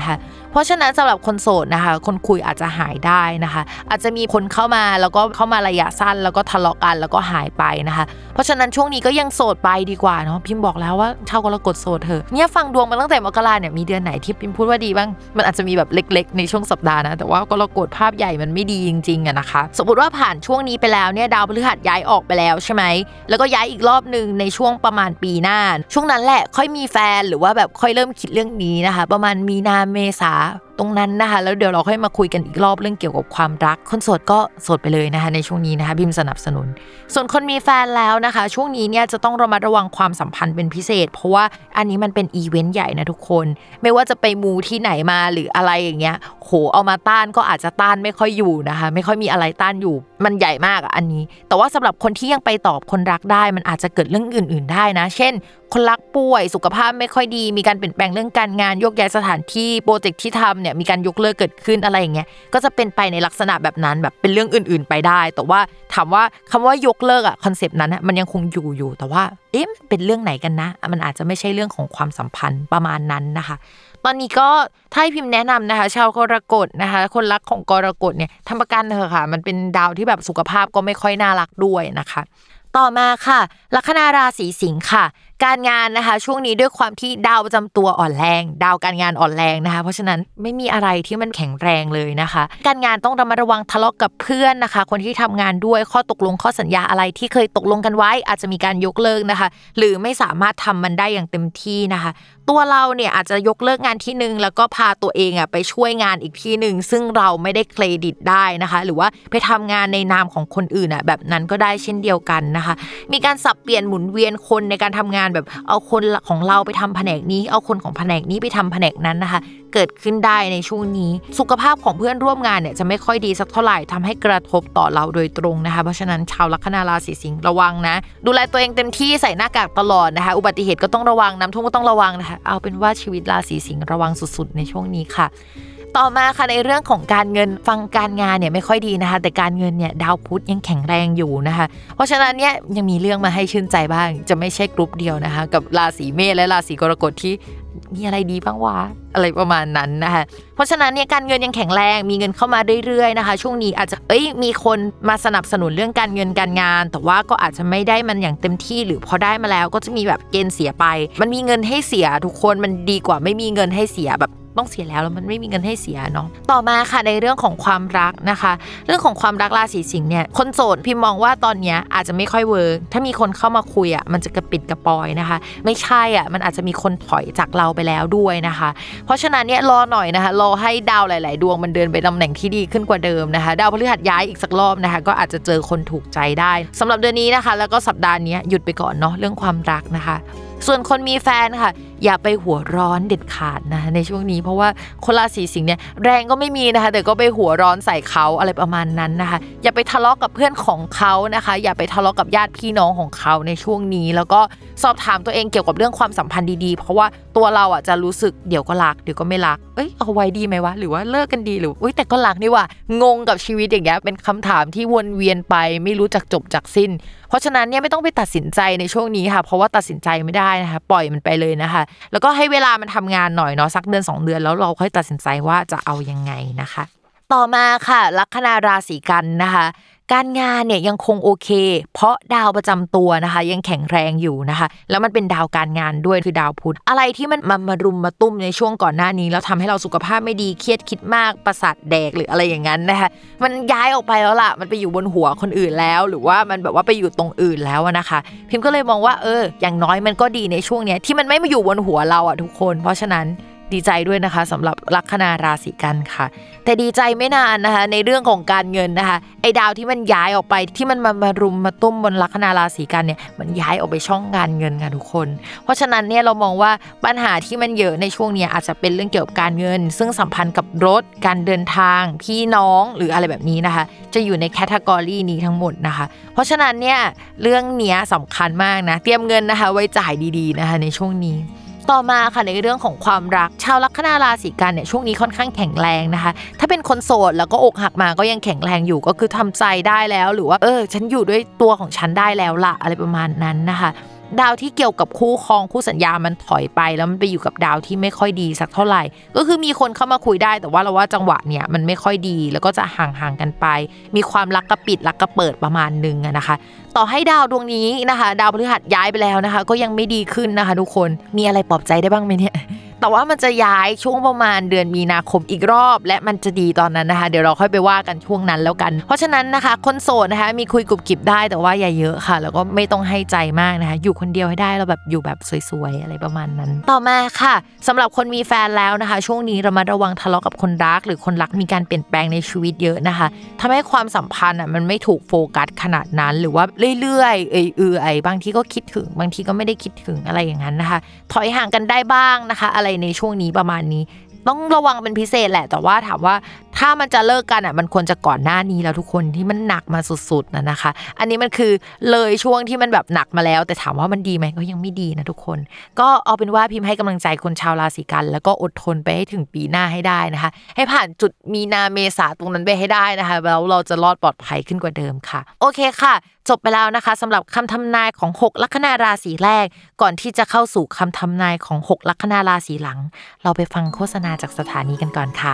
B: เพราะฉะนั้นสำหรับคนโสดนะคะคนคุยอาจจะหายได้นะคะอาจจะมีคนเข้ามาแล้วก็เข้ามาระยะสั้นแล้วก็ทะเลาะกันแล้วก็หายไปนะคะเพราะฉะนั้นช่วงนี้ก็ยังโสดไปดีกว่าเนาะพิมพ์บอกแล้วว่าชาวกรกฎโสดเถอะเนี่ยฟังดวงมาตั้งแต่มกราเนี่ยมีเดือนไหนที่พิมพ์พูดว่าดีบ้างมันอาจจะมีแบบเล็กๆในช่วงสัปดาห์นะแต่ว่ากรกฎภาพใหญ่มันไม่ดีจริงๆอะนะคะสมมติว่าผ่านช่วงนี้ไปแล้วเนี่ยดาวพฤหัสย้ายออกไปแล้วใช่ไหมแล้วก็ย้ายอีกรอบนึงในช่วงประมาณปีหน้าช่วงนั้นแหละค่อยมีแฟนหรือว่าแบบค่อยเริ่มคิดเรื่องนี้นะคะประมาณมีนาเมษาตรงนั้นนะคะแล้วเดี๋ยวเราค่อยมาคุยกันอีกรอบเรื่องเกี่ยวกับความรักคนโสดก็โสดไปเลยนะคะในช่วงนี้นะคะพิมพ์สนับสนุนส่วนคนมีแฟนแล้วนะคะช่วงนี้เนี่ยจะต้องระมัดระวังความสัมพันธ์เป็นพิเศษเพราะว่าอันนี้มันเป็นอีเวนต์ใหญ่นะทุกคนไม่ว่าจะไปมูที่ไหนมาหรืออะไรอย่างเงี้ยโหเอามาต้านก็อาจจะต้านไม่ค่อยอยู่นะคะไม่ค่อยมีอะไรต้านอยู่มันใหญ่มากอ่ะอันนี้แต่ว่าสำหรับคนที่ยังไปตอบคนรักได้มันอาจจะเกิดเรื่องอื่นๆได้นะเช่นคนรักป่วยสุขภาพไม่ค่อยดีมีการเปลี่ยนแปลงเรื่องการงานยกย้ายสถานที่โปรเจกต์ที่ทำเนี่ยมีการยกเลิกเกิดขึ้นอะไรอย่างเงี้ยก็จะเป็นไปในลักษณะแบบนั้นแบบเป็นเรื่องอื่นๆไปได้แต่ว่าถามว่าคำว่ายกเลิกอ่ะคอนเซปต์นั้นมันยังคงอยู่อยู่แต่ว่าเอ๊ะเป็นเรื่องไหนกันนะมันอาจจะไม่ใช่เรื่องของความสัมพันธ์ประมาณนั้นนะคะตอนนี้ก็ถ้าให้พิมพ์แนะนำนะคะชาวกรกฎนะคะคนรักของกรกฎเนี่ยทำประกันเถอะค่ะมันเป็นดาวที่แบบสุขภาพก็ไม่ค่อยน่ารักด้วยนะคะต่อมาค่ะลัคนาราศีสิงค์ค่ะการงานนะคะช่วงนี้ด้วยความที่ดาวประจำตัวอ่อนแรงดาวการงานอ่อนแรงนะคะเพราะฉะนั้นไม่มีอะไรที่มันแข็งแรงเลยนะคะการงานต้องระมัดระวังทะเลาะกับเพื่อนนะคะคนที่ทำงานด้วยข้อตกลงข้อสัญญาอะไรที่เคยตกลงกันไว้อาจจะมีการยกเลิกนะคะหรือไม่สามารถทำมันได้อย่างเต็มที่นะคะตัวเราเนี่ยอาจจะยกเลิกงานที่นึงแล้วก็พาตัวเองอ่ะไปช่วยงานอีกที่นึงซึ่งเราไม่ได้เครดิตได้นะคะหรือว่าไปทำงานในนามของคนอื่นอ่ะแบบนั้นก็ได้เช่นเดียวกันนะคะมีการสับเปลี่ยนหมุนเวียนคนในการทำงานแบบเอาคนของเราไปทำแผนกนี้เอาคนของแผนกนี้ไปทำแผนกนั้นนะคะเกิดขึ้นได้ในช่วงนี้สุขภาพของเพื่อนร่วมงานเนี่ยจะไม่ค่อยดีสักเท่าไหร่ทำให้กระทบต่อเราโดยตรงนะคะเพราะฉะนั้นชาวลัคนาราศีสิงห์ระวังนะดูแลตัวเองเต็มที่ใส่หน้ากากตลอดนะคะอุบัติเหตุก็ต้องระวังน้ำท่วมก็ต้องระวังนะคะเอาเป็นว่าชีวิตราศีสิงห์ระวังสุดๆในช่วงนี้ค่ะต่อมาค่ะในเรื่องของการเงินฟังการงานเนี่ยไม่ค่อยดีนะคะแต่การเงินเนี่ยดาวพุธยังแข็งแรงอยู่นะคะเพราะฉะนั้นเนี่ยยังมีเรื่องมาให้ชื่นใจบ้างจะไม่ใช่กรุ๊ปเดียวนะคะกับราศีเมษและราศีกรกฎที่มีอะไรดีบ้างวะอะไรประมาณนั้นนะคะเพราะฉะนั้นเนี่ยการเงินยังแข็งแรงมีเงินเข้ามาเรื่อยๆนะคะช่วงนี้อาจจะเอ้ยมีคนมาสนับสนุนเรื่องการเงินการงานแต่ว่าก็อาจจะไม่ได้มันอย่างเต็มที่หรือพอได้มาแล้วก็จะมีแบบเกณฑ์เสียไปมันมีเงินให้เสียทุกคนมันดีกว่าไม่มีเงินให้เสียแบบต้องเสียแล้วแล้วมันไม่มีเงินให้เสียเนาะต่อมาค่ะในเรื่องของความรักนะคะเรื่องของความรักราศีสิงห์เนี่ยคนโสดพิมมองว่าตอนนี้อาจจะไม่ค่อยเวิร์กถ้ามีคนเข้ามาคุยอ่ะมันจะกระปิดกระปอยนะคะไม่ใช่อ่ะมันอาจจะมีคนถอยจากเราไปแล้วด้วยนะคะเพราะฉะนั้นเนี่ยรอหน่อยนะคะรอให้ดาวหลายๆดวงมันเดินไปตำแหน่งที่ดีขึ้นกว่าเดิมนะคะดาวพฤหัสย้ายอีกสักรอบนะคะก็อาจจะเจอคนถูกใจได้สำหรับเดือนนี้นะคะแล้วก็สัปดาห์นี้หยุดไปก่อนเนาะเรื่องความรักนะคะส่วนคนมีแฟนค่ะอย่าไปหัวร้อนเด็ดขาดนะในช่วงนี้เพราะว่าคนราศีสิงห์เนี่ยแรงก็ไม่มีนะคะแต่ก็ไปหัวร้อนใส่เขาอะไรประมาณนั้นนะคะอย่าไปทะเลาะกับเพื่อนของเขานะคะอย่าไปทะเลาะกับญาติพี่น้องของเขาในช่วงนี้แล้วก็สอบถามตัวเองเกี่ยวกับเรื่องความสัมพันธ์ดีๆเพราะว่าตัวเราอ่ะจะรู้สึกเดี๋ยวก็รักเดี๋ยวก็ไม่รักเอ้ยเอาไว้ดีไหมวะหรือว่าเลิกกันดีหรืออุ้ยแต่ก็รักนี่ว่างงกับชีวิตอย่างเงี้ยเป็นคำถามที่วนเวียนไปไม่รู้จักจบจักสิ้นเพราะฉะนั้นเนี่ยไม่ต้องไปตัดสินใจในช่วงนี้ค่ะเพราะว่าตัดสินใจไม่ได้นะคะปล่อยมันไปเลยนะคะแล้วก็ให้เวลามันทำงานหน่อยเนาะสักเดือนสองเดือนแล้วเราค่อยตัดสินใจว่าจะเอายังไงนะคะต่อมาค่ะลัคนาราศีกันนะคะการงานเนี่ยยังคงโอเคเพราะดาวประจำตัวนะคะยังแข็งแรงอยู่นะคะแล้วมันเป็นดาวการงานด้วยคือดาวพุธอะไรที่มันมามารุมมาตุ้มในช่วงก่อนหน้านี้แล้วทำให้เราสุขภาพไม่ดีเครียดคิดมากประสาทแดกหรืออะไรอย่างนั้นนะคะมันย้ายออกไปแล้วล่ะมันไปอยู่บนหัวคนอื่นแล้วหรือว่ามันแบบว่าไปอยู่ตรงอื่นแล้วนะคะพิมก็เลยมองว่าเอออย่างน้อยมันก็ดีในช่วงเนี้ยที่มันไม่มาอยู่บนหัวเราอ่ะทุกคนเพราะฉะนั้นดีใจด้วยนะคะสำหรับลัคนาราศีกันค่ะแต่ดีใจไม่นานนะคะในเรื่องของการเงินนะคะไอ้ดาวที่มันย้ายออกไปที่มันมามารุมมาตุ้มบนลัคนาราศีกันเนี่ยมันย้ายออกไปช่องการเงินค่ะทุกคนเพราะฉะนั้นเนี่ยเรามองว่าปัญหาที่มันเยอะในช่วงนี้อาจจะเป็นเรื่องเกี่ยวกับการเงินซึ่งสัมพันธ์กับรถการเดินทางพี่น้องหรืออะไรแบบนี้นะคะจะอยู่ในแคตตากรีนี้ทั้งหมดนะคะเพราะฉะนั้นเนี่ยเรื่องเนี้ยสำคัญมากนะเตรียมเงินนะคะไว้จ่ายดีๆนะคะในช่วงนี้ต่อมาค่ะในเรื่องของความรักชาวลัคนาราศีกันเนี่ยช่วงนี้ค่อนข้างแข็งแรงนะคะถ้าเป็นคนโสดแล้วก็อกหักมาก็ยังแข็งแรงอยู่ก็คือทำใจได้แล้วหรือว่าเออฉันอยู่ด้วยตัวของฉันได้แล้วล่ะอะไรประมาณนั้นนะคะดาวที่เกี่ยวกับคู่ครองคู่สัญญามันถอยไปแล้วมันไปอยู่กับดาวที่ไม่ค่อยดีสักเท่าไหร่ก็คือมีคนเข้ามาคุยได้แต่ว่าเราว่าจังหวะเนี่ยมันไม่ค่อยดีแล้วก็จะห่างๆกันไปมีความรักกระปิดรักกระเปิดประมาณนึงนะคะต่อให้ดาวดวงนี้นะคะดาวพฤหัสย้ายไปแล้วนะคะก็ยังไม่ดีขึ้นนะคะทุกคนมีอะไรปลอบใจได้บ้างไหมเนี่ยแต่ว่ามันจะย้ายช่วงประมาณเดือนมีนาคมอีกรอบและมันจะดีตอนนั้นนะคะเดี๋ยวเราค่อยไปว่ากันช่วงนั้นแล้วกันเพราะฉะนั้นนะคะคนโสดนะคะมีคุยกรุบกริบได้แต่ว่าอย่าเยอะค่ะแล้วก็ไม่ต้องให้ใจมากนะคะอยู่คนเดียวให้ได้แล้วแบบอยู่แบบสวยๆอะไรประมาณนั้นต่อมาค่ะสำหรับคนมีแฟนแล้วนะคะช่วงนี้ระมัดระวังทะเลาะกับคนรักหรือคนรักมีการเปลี่ยนแปลงในชีวิตเยอะนะคะทำให้ความสัมพันธ์อ่ะมันไม่ถูกโฟกัสขนาดนั้นหรือว่าเรื่อยๆเอื่อยๆบางทีก็คิดถึงบางทีก็ไม่ได้คิดถึงอะไรอย่างนั้นนะคะถอยห่างกันได้บ้างนะคะอะไรในช่วงนี้ประมาณนี้ต้องระวังเป็นพิเศษแหละแต่ว่าถามว่าถ้ามันจะเลิกกันอ่ะมันควรจะก่อนหน้านี้แล้วทุกคนที่มันหนักมาสุดๆนะนะคะอันนี้มันคือเลยช่วงที่มันแบบหนักมาแล้วแต่ถามว่ามันดีไหมก็ยังไม่ดีนะทุกคนก็เอาเป็นว่าพิมพ์ให้กำลังใจคนชาวราศีกันแล้วก็อดทนไปให้ถึงปีหน้าให้ได้นะคะให้ผ่านจุดมีนาเมษาตรงนั้นไปให้ได้นะคะแล้วเราจะรอดปลอดภัยขึ้นกว่าเดิมค่ะโอเคค่ะจบไปแล้วนะคะสำหรับคำทำนายของหกลัคนาราศีแรกก่อนที่จะเข้าสู่คำทำนายของหกลัคนาราศีหลังเราไปฟังโฆษณาจากสถานีกันก่อนค่ะ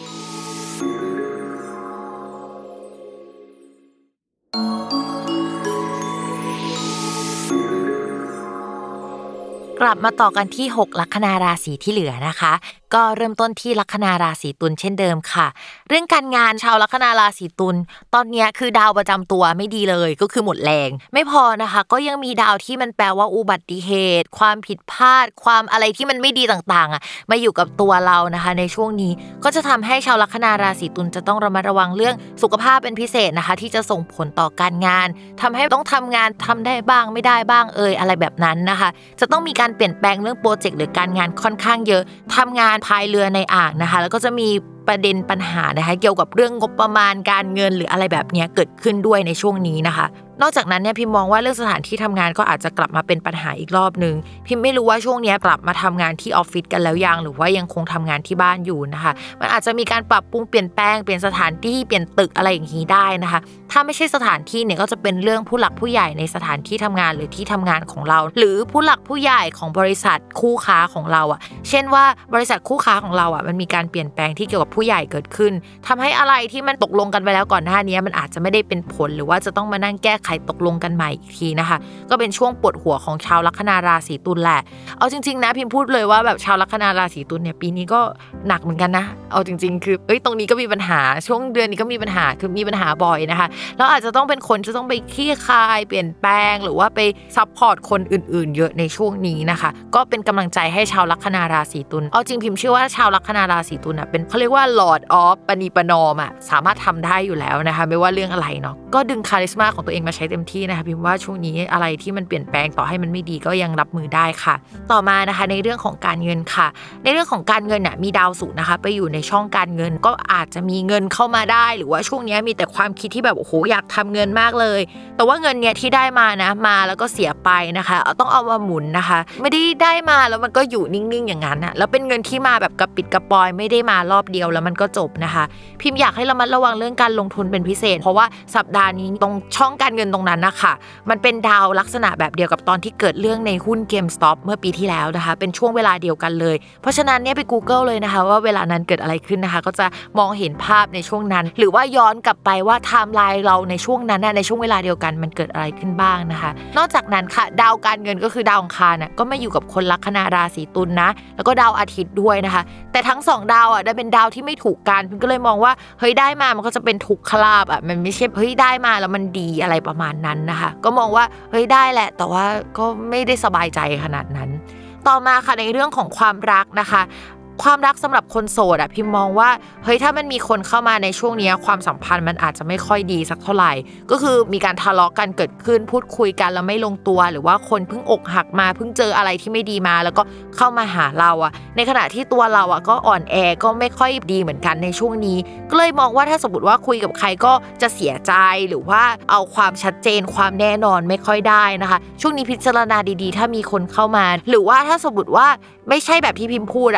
B: กลับมาต่อกันที่หกลัคนาราศีที่เหลือนะคะก็เริ่มต้นที่ลัคนาราศีตุลเช่นเดิมค่ะเรื่องการงานชาวลัคนาราศีตุลตอนนี้คือดาวประจำตัวไม่ดีเลยก็คือหมดแรงไม่พอนะคะก็ยังมีดาวที่มันแปลว่าอุบัติเหตุความผิดพลาดความอะไรที่มันไม่ดีต่างๆอ่ะมาอยู่กับตัวเรานะคะในช่วงนี้ก็จะทำให้ชาวลัคนาราศีตุลจะต้องระมัดระวังเรื่องสุขภาพเป็นพิเศษนะคะที่จะส่งผลต่อการงานทำให้ต้องทำงานทำได้บ้างไม่ได้บ้างเอ่ยอะไรแบบนั้นนะคะจะต้องมีการเปลี่ยนแปลงเรื่องโปรเจกต์หรือการงานค่อนข้างเยอะทำงานพายเรือในอ่างนะคะแล้วก็จะมีประเด็นปัญหานะคะเกี่ยวกับเรื่องงบประมาณการเงินหรืออะไรแบบนี้เกิดขึ้นด้วยในช่วงนี้นะคะนอกจากนั้นเนี่ยพิมมองว่าเรื่องสถานที่ทำงานก็อาจจะกลับมาเป็นปัญหาอีกรอบนึงพิมไม่รู้ว่าช่วงนี้กลับมาทำงานที่ออฟฟิศกันแล้วยังหรือว่ายังคงทำงานที่บ้านอยู่นะคะมันอาจจะมีการปรับปรุงเปลี่ยนแปลงเปลี่ยนสถานที่เปลี่ยนตึกอะไรอย่างนี้ได้นะคะถ้าไม่ใช่สถานที่เนี่ยก็จะเป็นเรื่องผู้หลักผู้ใหญ่ในสถานที่ทำงานหรือที่ทำงานของเราหรือผู้หลักผู้ใหญ่ของบริษัทคู่ค้าของเราอ่ะเช่นว่าบริษัทคู่ค้าของเราอ่ะมันมีการเปลี่ยนแปลงที่เกี่ยวกับผู้ใหญ่เกิดขึ้นทำให้อะไรที่มันตกลงกันไปแล้วก่อนหน้านี้มันอาจจะไม่ได้เป็นผลหรือว่าจะต้องมานั่งแก้ไขตกลงกันใหม่อีกทีนะคะก็เป็นช่วงปวดหัวของชาวลัคนาราศีตุลแหละเอาจริงๆนะพิมพูดเลยว่าแบบชาวลัคนาราศีตุลเนี่ยปีนี้ก็หนักเหมือนกันนะเอาจริงๆคือเอ้ยตรงนี้ก็มีปัญหาช่วงเดือนนี้ก็มีปัญหาคือมีปัญหาบ่อยนะคะแล้วอาจจะต้องเป็นคนที่ต้องไปคลี่คลายเปลี่ยนแปลงหรือว่าไปซัพพอร์ตคนอื่นๆเยอะในช่วงนี้นะคะก็เป็นกำลังใจให้ชาวลัคนาราศีตุลเอาจริงพิมเชื่อว่าชาวลัคนาราศีตุลน่ะเป็นเขาเรียกว่า Lord of ปณีประนอมอ่ะสามารถทำได้อยู่แล้วนะคะไม่ว่าเรื่องอะไรเนาะก็ดึงคาริสมาของตัวเองมาใช้เต็มที่นะคะพิมว่าช่วงนี้อะไรที่มันเปลี่ยนแปลงต่อให้มันไม่ดีก็ยังรับมือได้ค่ะต่อมานะคะในเรื่องของการเงินค่ะในเรื่องของการเงินน่ะมีดาวศุกร์นะคะไปอยู่ในช่องการเงินก็อาจจะมีเงินเข้ามาได้หรือว่าช่วงนี้มีแต่ความคิดที่แบบโอ้โหอยากทำเงินมากเลยแต่ว่าเงินเนี้ยที่ได้มานะมาแล้วก็เสียไปนะคะเอาต้องเอามาหมุนนะคะไม่ได้ได้มาแล้วมันก็อยู่นิ่งๆอย่างนั้นนะแล้วเป็นเงินที่มาแบบกระปิดกระปอยไม่ได้มารอบเดียวแล้วมันก็จบนะคะพิมอยากให้ระมัดระวังเรื่องการลงทุนเป็นพิเศษเพราะว่าสัปดาห์นี้ตรงช่องการเงินตรงนั้นนะคะมันเป็นดาวลักษณะแบบเดียวกับตอนที่เกิดเรื่องในหุ้น GameStop เมื่อปีที่แล้วนะคะเป็นช่วงเวลาเดียวกันเลยเพราะฉะนั้นเนี่ยไป Google เลยนะคะว่าเวลานั้นเกิดอะไรขึ้นนะคะก็จะมองเห็นภาพในช่วงนั้นหรือว่าย้อนกลับไปว่าไทม์ไลน์เราในช่วงนั้นในช่วงเวลาเดียวกันมันเกิดอะไรขึ้นบ้างนะคะนอกจากนั้นค่ะดาวการเงินก็คือดาวอังคารน่ะก็มาอยู่กับคนลัคนาราศีตุลนะแล้วก็ดาวอาทิตย์ด้วยนะคะแต่ทั้งสองดาวอ่ะได้เป็นดาวที่ไม่ถูกกันพิมก็เลยมองว่าเฮ้ยได้มามันก็จะเป็นทุกขลาภอ่ะมันไม่ใช่เฮ้ยได้มาแล้วมันดีอะไรประมาณนั้นนะคะก็มองว่าเฮ้ยได้แหละแต่ว่าก็ไม่ได้สบายใจขนาดนั้นต่อมาค่ะในเรื่องของความรักนะคะความรักสำหรับคนโสดอ่ะพิมมองว่าเฮ้ยถ้ามันมีคนเข้ามาในช่วงนี้ความสัมพันธ์มันอาจจะไม่ค่อยดีสักเท่าไหร่ก็คือมีการทะเลาะกันเกิดขึ้นพูดคุยกันแล้วไม่ลงตัวหรือว่าคนเพิ่งอกหักมาเพิ่งเจออะไรที่ไม่ดีมาแล้วก็เข้ามาหาเราอ่ะในขณะที่ตัวเราอ่ะก็อ่อนแอก็ไม่ค่อยดีเหมือนกันในช่วงนี้ก็เลยมองว่าถ้าสมมติว่าคุยกับใครก็จะเสียใจหรือว่าเอาความชัดเจนความแน่นอนไม่ค่อยได้นะคะช่วงนี้พิจารณาดีๆถ้ามีคนเข้ามาหรือว่าถ้าสมมติว่าไม่ใช่แบบที่พิมพ์พูดอ่ะก็อาจจะ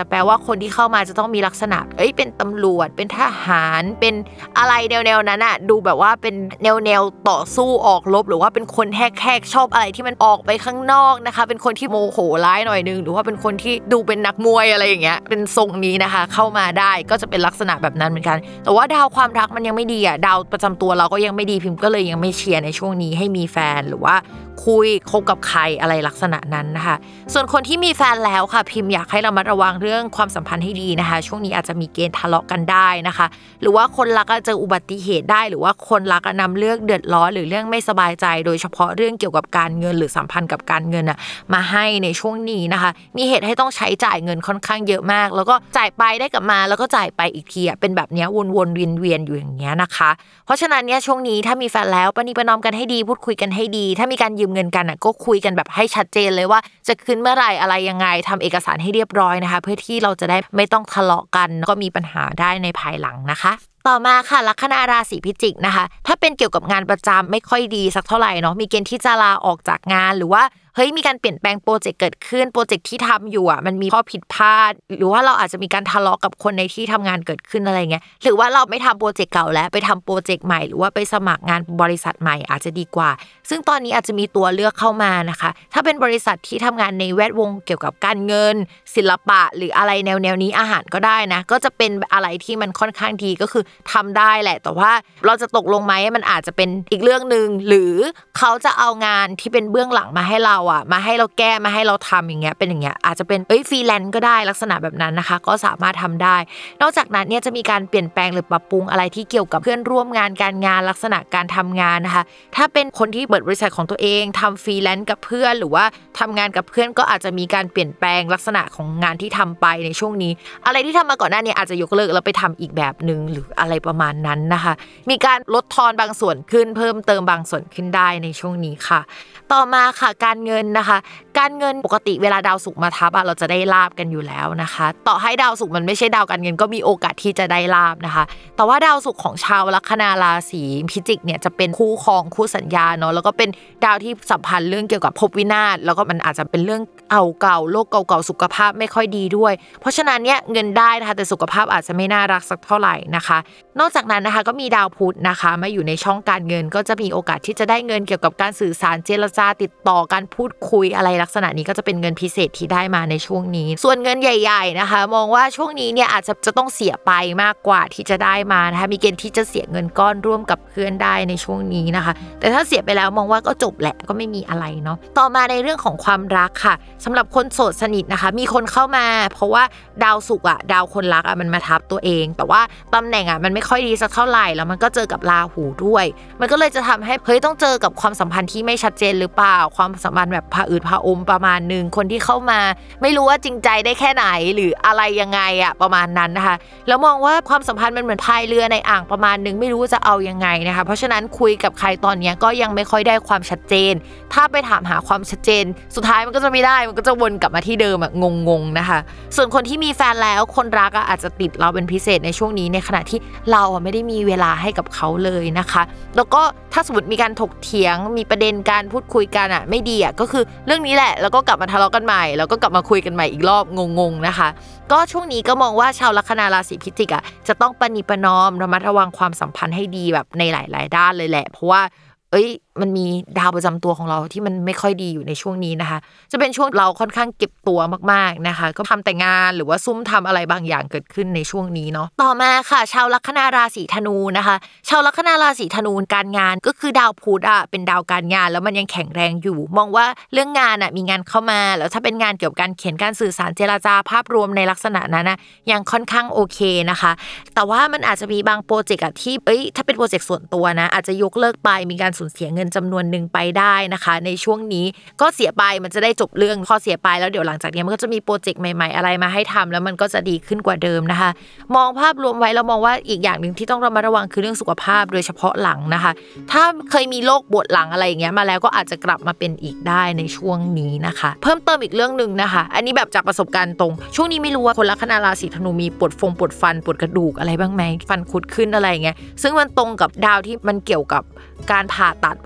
B: จะแปลว่าคนที่เข้ามาจะต้องมีลักษณะเอ้ยเป็นตำรวจเป็นทหารเป็นอะไรแนวๆนั้นอ่ะดูแบบว่าเป็นแนวๆต่อสู้ออกรบหรือว่าเป็นคนแหกๆชอบอะไรที่มันออกไปข้างนอกนะคะเป็นคนที่โมโหร้ายหน่อยนึงหรือว่าเป็นคนที่ดูเป็นนักมวยอะไรอย่างเงี้ยเป็นทรงนี้นะคะเข้ามาได้ก็จะเป็นลักษณะแบบนั้นเหมือนกันแต่ว่าดาวความรักมันยังไม่ดีอ่ะดาวประจำตัวเราก็ยังไม่ดีพิมพ์ก็เลยยังไม่เชียร์ในช่วงนี้ให้มีแฟนหรือว่าคุยคบกับใครอะไรลักษณะนั้นนะคะส่วนคนที่มีแฟนแล้วค่ะพิมพ์อยากให้เรามาระวังเรื่องความสัมพันธ์ให้ดีนะคะช่วงนี้อาจจะมีเกณฑ์ทะเลาะกันได้นะคะหรือว่าคนรักจะเจออุบัติเหตุได้หรือว่าคนรักนำเรื่องเดือดร้อนหรือเรื่องไม่สบายใจโดยเฉพาะเรื่องเกี่ยวกับการเงินหรือสัมพันธ์กับการเงินอ่ะมาให้ในช่วงนี้นะคะมีเหตุให้ต้องใช้จ่ายเงินค่อนข้างเยอะมากแล้วก็จ่ายไปได้กลับมาแล้วก็จ่ายไปอีกทีเป็นแบบนี้วนๆเวียนๆอยู่อย่างเงี้ยนะคะเพราะฉะนั้นเนี่ยช่วงนี้ถ้ามีแฟนแล้วประนีประนอมกันให้ดีพูดคุยกันให้ดีถ้ามีการยืมเงินกันก็คุยกันแบบให้ชัดเจนเลยว่าจะคืนเมื่อไหร่อะไรยังไงทำเอกสารให้เรียบร้อยนะคะเพื่อที่เราจะได้ไม่ต้องทะเลาะกันก็มีปัญหาได้ในภายหลังนะคะต่อมาค่ะลัคนาราศีพิจิกนะคะถ้าเป็นเกี่ยวกับงานประจำไม่ค่อยดีสักเท่าไหร่เนาะมีเกณฑ์ที่จะลาออกจากงานหรือว่าเฮ้ยมีการเปลี่ยนแปลงโปรเจกต์เกิดขึ้นโปรเจกต์ที่ทำอยู่อ่ะมันมีข้อผิดพลาดหรือว่าเราอาจจะมีการทะเลาะกับคนในที่ทำงานเกิดขึ้นอะไรเงี้ยหรือว่าเราไม่ทำโปรเจกต์เก่าแล้วไปทำโปรเจกต์ใหม่หรือว่าไปสมัครงานบริษัทใหม่อาจจะดีกว่าซึ่งตอนนี้อาจจะมีตัวเลือกเข้ามานะคะถ้าเป็นบริษัทที่ทำงานในแวดวงเกี่ยวกับการเงินศิลปะหรืออะไรแนวแนวนี้อาหารก็ได้นะก็จะเป็นอะไรที่มันค่อนข้างดีก็คือทำได้แหละแต่ว่าเราจะตกลงไหมมันอาจจะเป็นอีกเรื่องนึงหรือเขาจะเอางานที่เป็นเบื้องหลังมาให้เราอ่ะมาให้เราแก้มาให้เราทำอย่างเงี้ยเป็นอย่างเงี้ยอาจจะเป็นเอ้ยฟรีแลนซ์ก็ได้ลักษณะแบบนั้นนะคะก็สามารถทำได้นอกจากนั้นเนี่ยจะมีการเปลี่ยนแปลงหรือปรับปรุงอะไรที่เกี่ยวกับเพื่อนร่วมงานการงานลักษณะการทำงานนะคะถ้าเป็นคนที่เปิดบริษัทของตัวเองทำฟรีแลนซ์กับเพื่อนหรือว่าทำงานกับเพื่อนก็อาจจะมีการเปลี่ยนแปลงลักษณะของงานที่ทำไปในช่วงนี้อะไรที่ทำมาก่อนหน้านี้อาจจะยกเลิกแล้วไปทำอีกแบบนึงหรืออะไรประมาณนั้นนะคะมีการลดทอนบางส่วนขึ้นเพิ่มเติมบางส่วนขึ้นได้ในช่วงนี้ค่ะต่อมาค่ะการเงินนะคะการเงินปกติเวลาดาวศุกร์มาทับอ่ะเราจะได้ลาภกันอยู่แล้วนะคะต่อให้ดาวศุกร์มันไม่ใช่ดาวการเงินก็มีโอกาสที่จะได้ลาภนะคะแต่ว่าดาวศุกร์ของชาวลัคนาราศีพิจิกเนี่ยจะเป็นคู่ครองคู่สัญญาเนาะแล้วก็เป็นดาวที่สัมพันธ์เรื่องเกี่ยวกับภพวินาศแล้วก็มันอาจจะเป็นเรื่องเก่าๆโรคเก่าๆสุขภาพไม่ค่อยดีด้วยเพราะฉะนั้นเนี่ยเงินได้นะคะแต่สุขภาพอาจจะไม่น่ารักสักเท่าไหร่นะคะนอกจากนั้นนะคะก็มีดาวพุธนะคะมาอยู่ในช่องการเงินก็จะมีโอกาสที่จะได้เงินเกี่ยวกับการสื่อสารเจรจาติดต่อการพูดคุยอะไรลักษณะนี้ก็จะเป็นเงินพิเศษที่ได้มาในช่วงนี้ส่วนเงินใหญ่ๆนะคะมองว่าช่วงนี้เนี่ยอาจจะจะต้องเสียไปมากกว่าที่จะได้มานะคะมีเกณฑ์ที่จะเสียเงินก้อนร่วมกับเพื่อนได้ในช่วงนี้นะคะแต่ถ้าเสียไปแล้วมองว่าก็จบแหละก็ไม่มีอะไรเนาะต่อมาในเรื่องของความรักค่ะสำหรับคนโสดสนิทนะคะมีคนเข้ามาเพราะว่าดาวศุกร์อ่ะดาวคนรักอ่ะมันมาทับตัวเองแต่ว่าตำแหน่งอ่ะมันไม่ค่อยดีสักเท่าไหร่แล้วมันก็เจอกับราหูด้วยมันก็เลยจะทำให้เฮ้ยต้องเจอกับความสัมพันธ์ที่ไม่ชัดเจนหรือเปล่าความสัมพันธ์แบบผะอืดผะอมประมาณนึงคนที่เข้ามาไม่รู้ว่าจริงใจได้แค่ไหนหรืออะไรยังไงอ่ะประมาณนั้นนะคะแล้วมองว่าความสัมพันธ์มันเหมือนพายเรือในอ่างประมาณนึงไม่รู้จะเอายังไงนะคะเพราะฉะนั้นคุยกับใครตอนนี้ก็ยังไม่ค่อยได้ความชัดเจนถ้าไปถามหาความชัดเจนสุดท้ายมันก็จะไม่ได้มันก็จะวนกลับมาที่เดิมอ่ะงงๆนะคะส่วนคนที่มีแฟนแล้วคนรักอ่ะอาจจะติดเราเป็นพิเศษในช่วงนี้ในขณะที่เราอ่ะไม่ได้มีเวลาให้กับเขาเลยนะคะแล้วก็ถ้าสมมติมีการถกเถียงมีประเด็นการพูดคุยกันอ่ะไม่ดีอ่ะก็คือเรื่องนี้แหละแล้วก็กลับมาทะเลาะกันใหม่แล้วก็กลับมาคุยกันใหม่อีกรอบงงๆนะคะก็ช่วงนี้ก็มองว่าชาวลัคนาราศีพิจิกอ่ะจะต้องประนีประนอมระมัดระวังความสัมพันธ์ให้ดีแบบในหลายๆด้านเลยแหละเพราะว่าเอ้ยมันมีดาวประจำตัวของเราที่มันไม่ค่อยดีอยู่ในช่วงนี้นะคะจะเป็นช่วงเราค่อนข้างเก็บตัวมากๆนะคะก็ทำแต่งานหรือว่าซุ่มทำอะไรบางอย่างเกิดขึ้นในช่วงนี้เนาะต่อมาค่ะชาวลัคนาราศีธนูนะคะชาวลัคนาราศีธนูการงานก็คือดาวพุธอ่ะเป็นดาวการงานแล้วมันยังแข็งแรงอยู่มองว่าเรื่องงานอ่ะมีงานเข้ามาแล้วถ้าเป็นงานเกี่ยวกับการเขียนการสื่อสารเจรจาภาพรวมในลักษณะนั้นนะยังค่อนข้างโอเคนะคะแต่ว่ามันอาจจะมีบางโปรเจกต์อ่ะที่เอ้ยถ้าเป็นโปรเจกต์ส่วนตัวนะอาจจะยกเลิกไปมีการสูญเสียเงินจำนวนนึงไปได้นะคะในช่วงนี้ก็เสียไปมันจะได้จบเรื่องพอเสียไปแล้วเดี๋ยวหลังจากนี้มันก็จะมีโปรเจกต์ใหม่ๆอะไรมาให้ทำแล้วมันก็จะดีขึ้นกว่าเดิมนะคะมองภาพรวมไว้แล้วมองว่าอีกอย่างนึงที่ต้องระมัดระวังคือเรื่องสุขภาพโดยเฉพาะหลังนะคะถ้าเคยมีโรคปวดหลังอะไรอย่างเงี้ยมาแล้วก็อาจจะกลับมาเป็นอีกได้ในช่วงนี้นะคะเพิ่มเติมอีกเรื่องนึงนะคะอันนี้แบบจากประสบการณ์ตรงช่วงนี้ไม่รู้ว่าคนลัคนาราศีธนูมีปวดฟงปวดฟันปวดกระดูกอะไรบ้างไหมฟันคุดขึ้นอะไรอย่างเงี้ยซึ่งมันตรงกับดาวที่มันเกี่ยวกับการผ่าตัด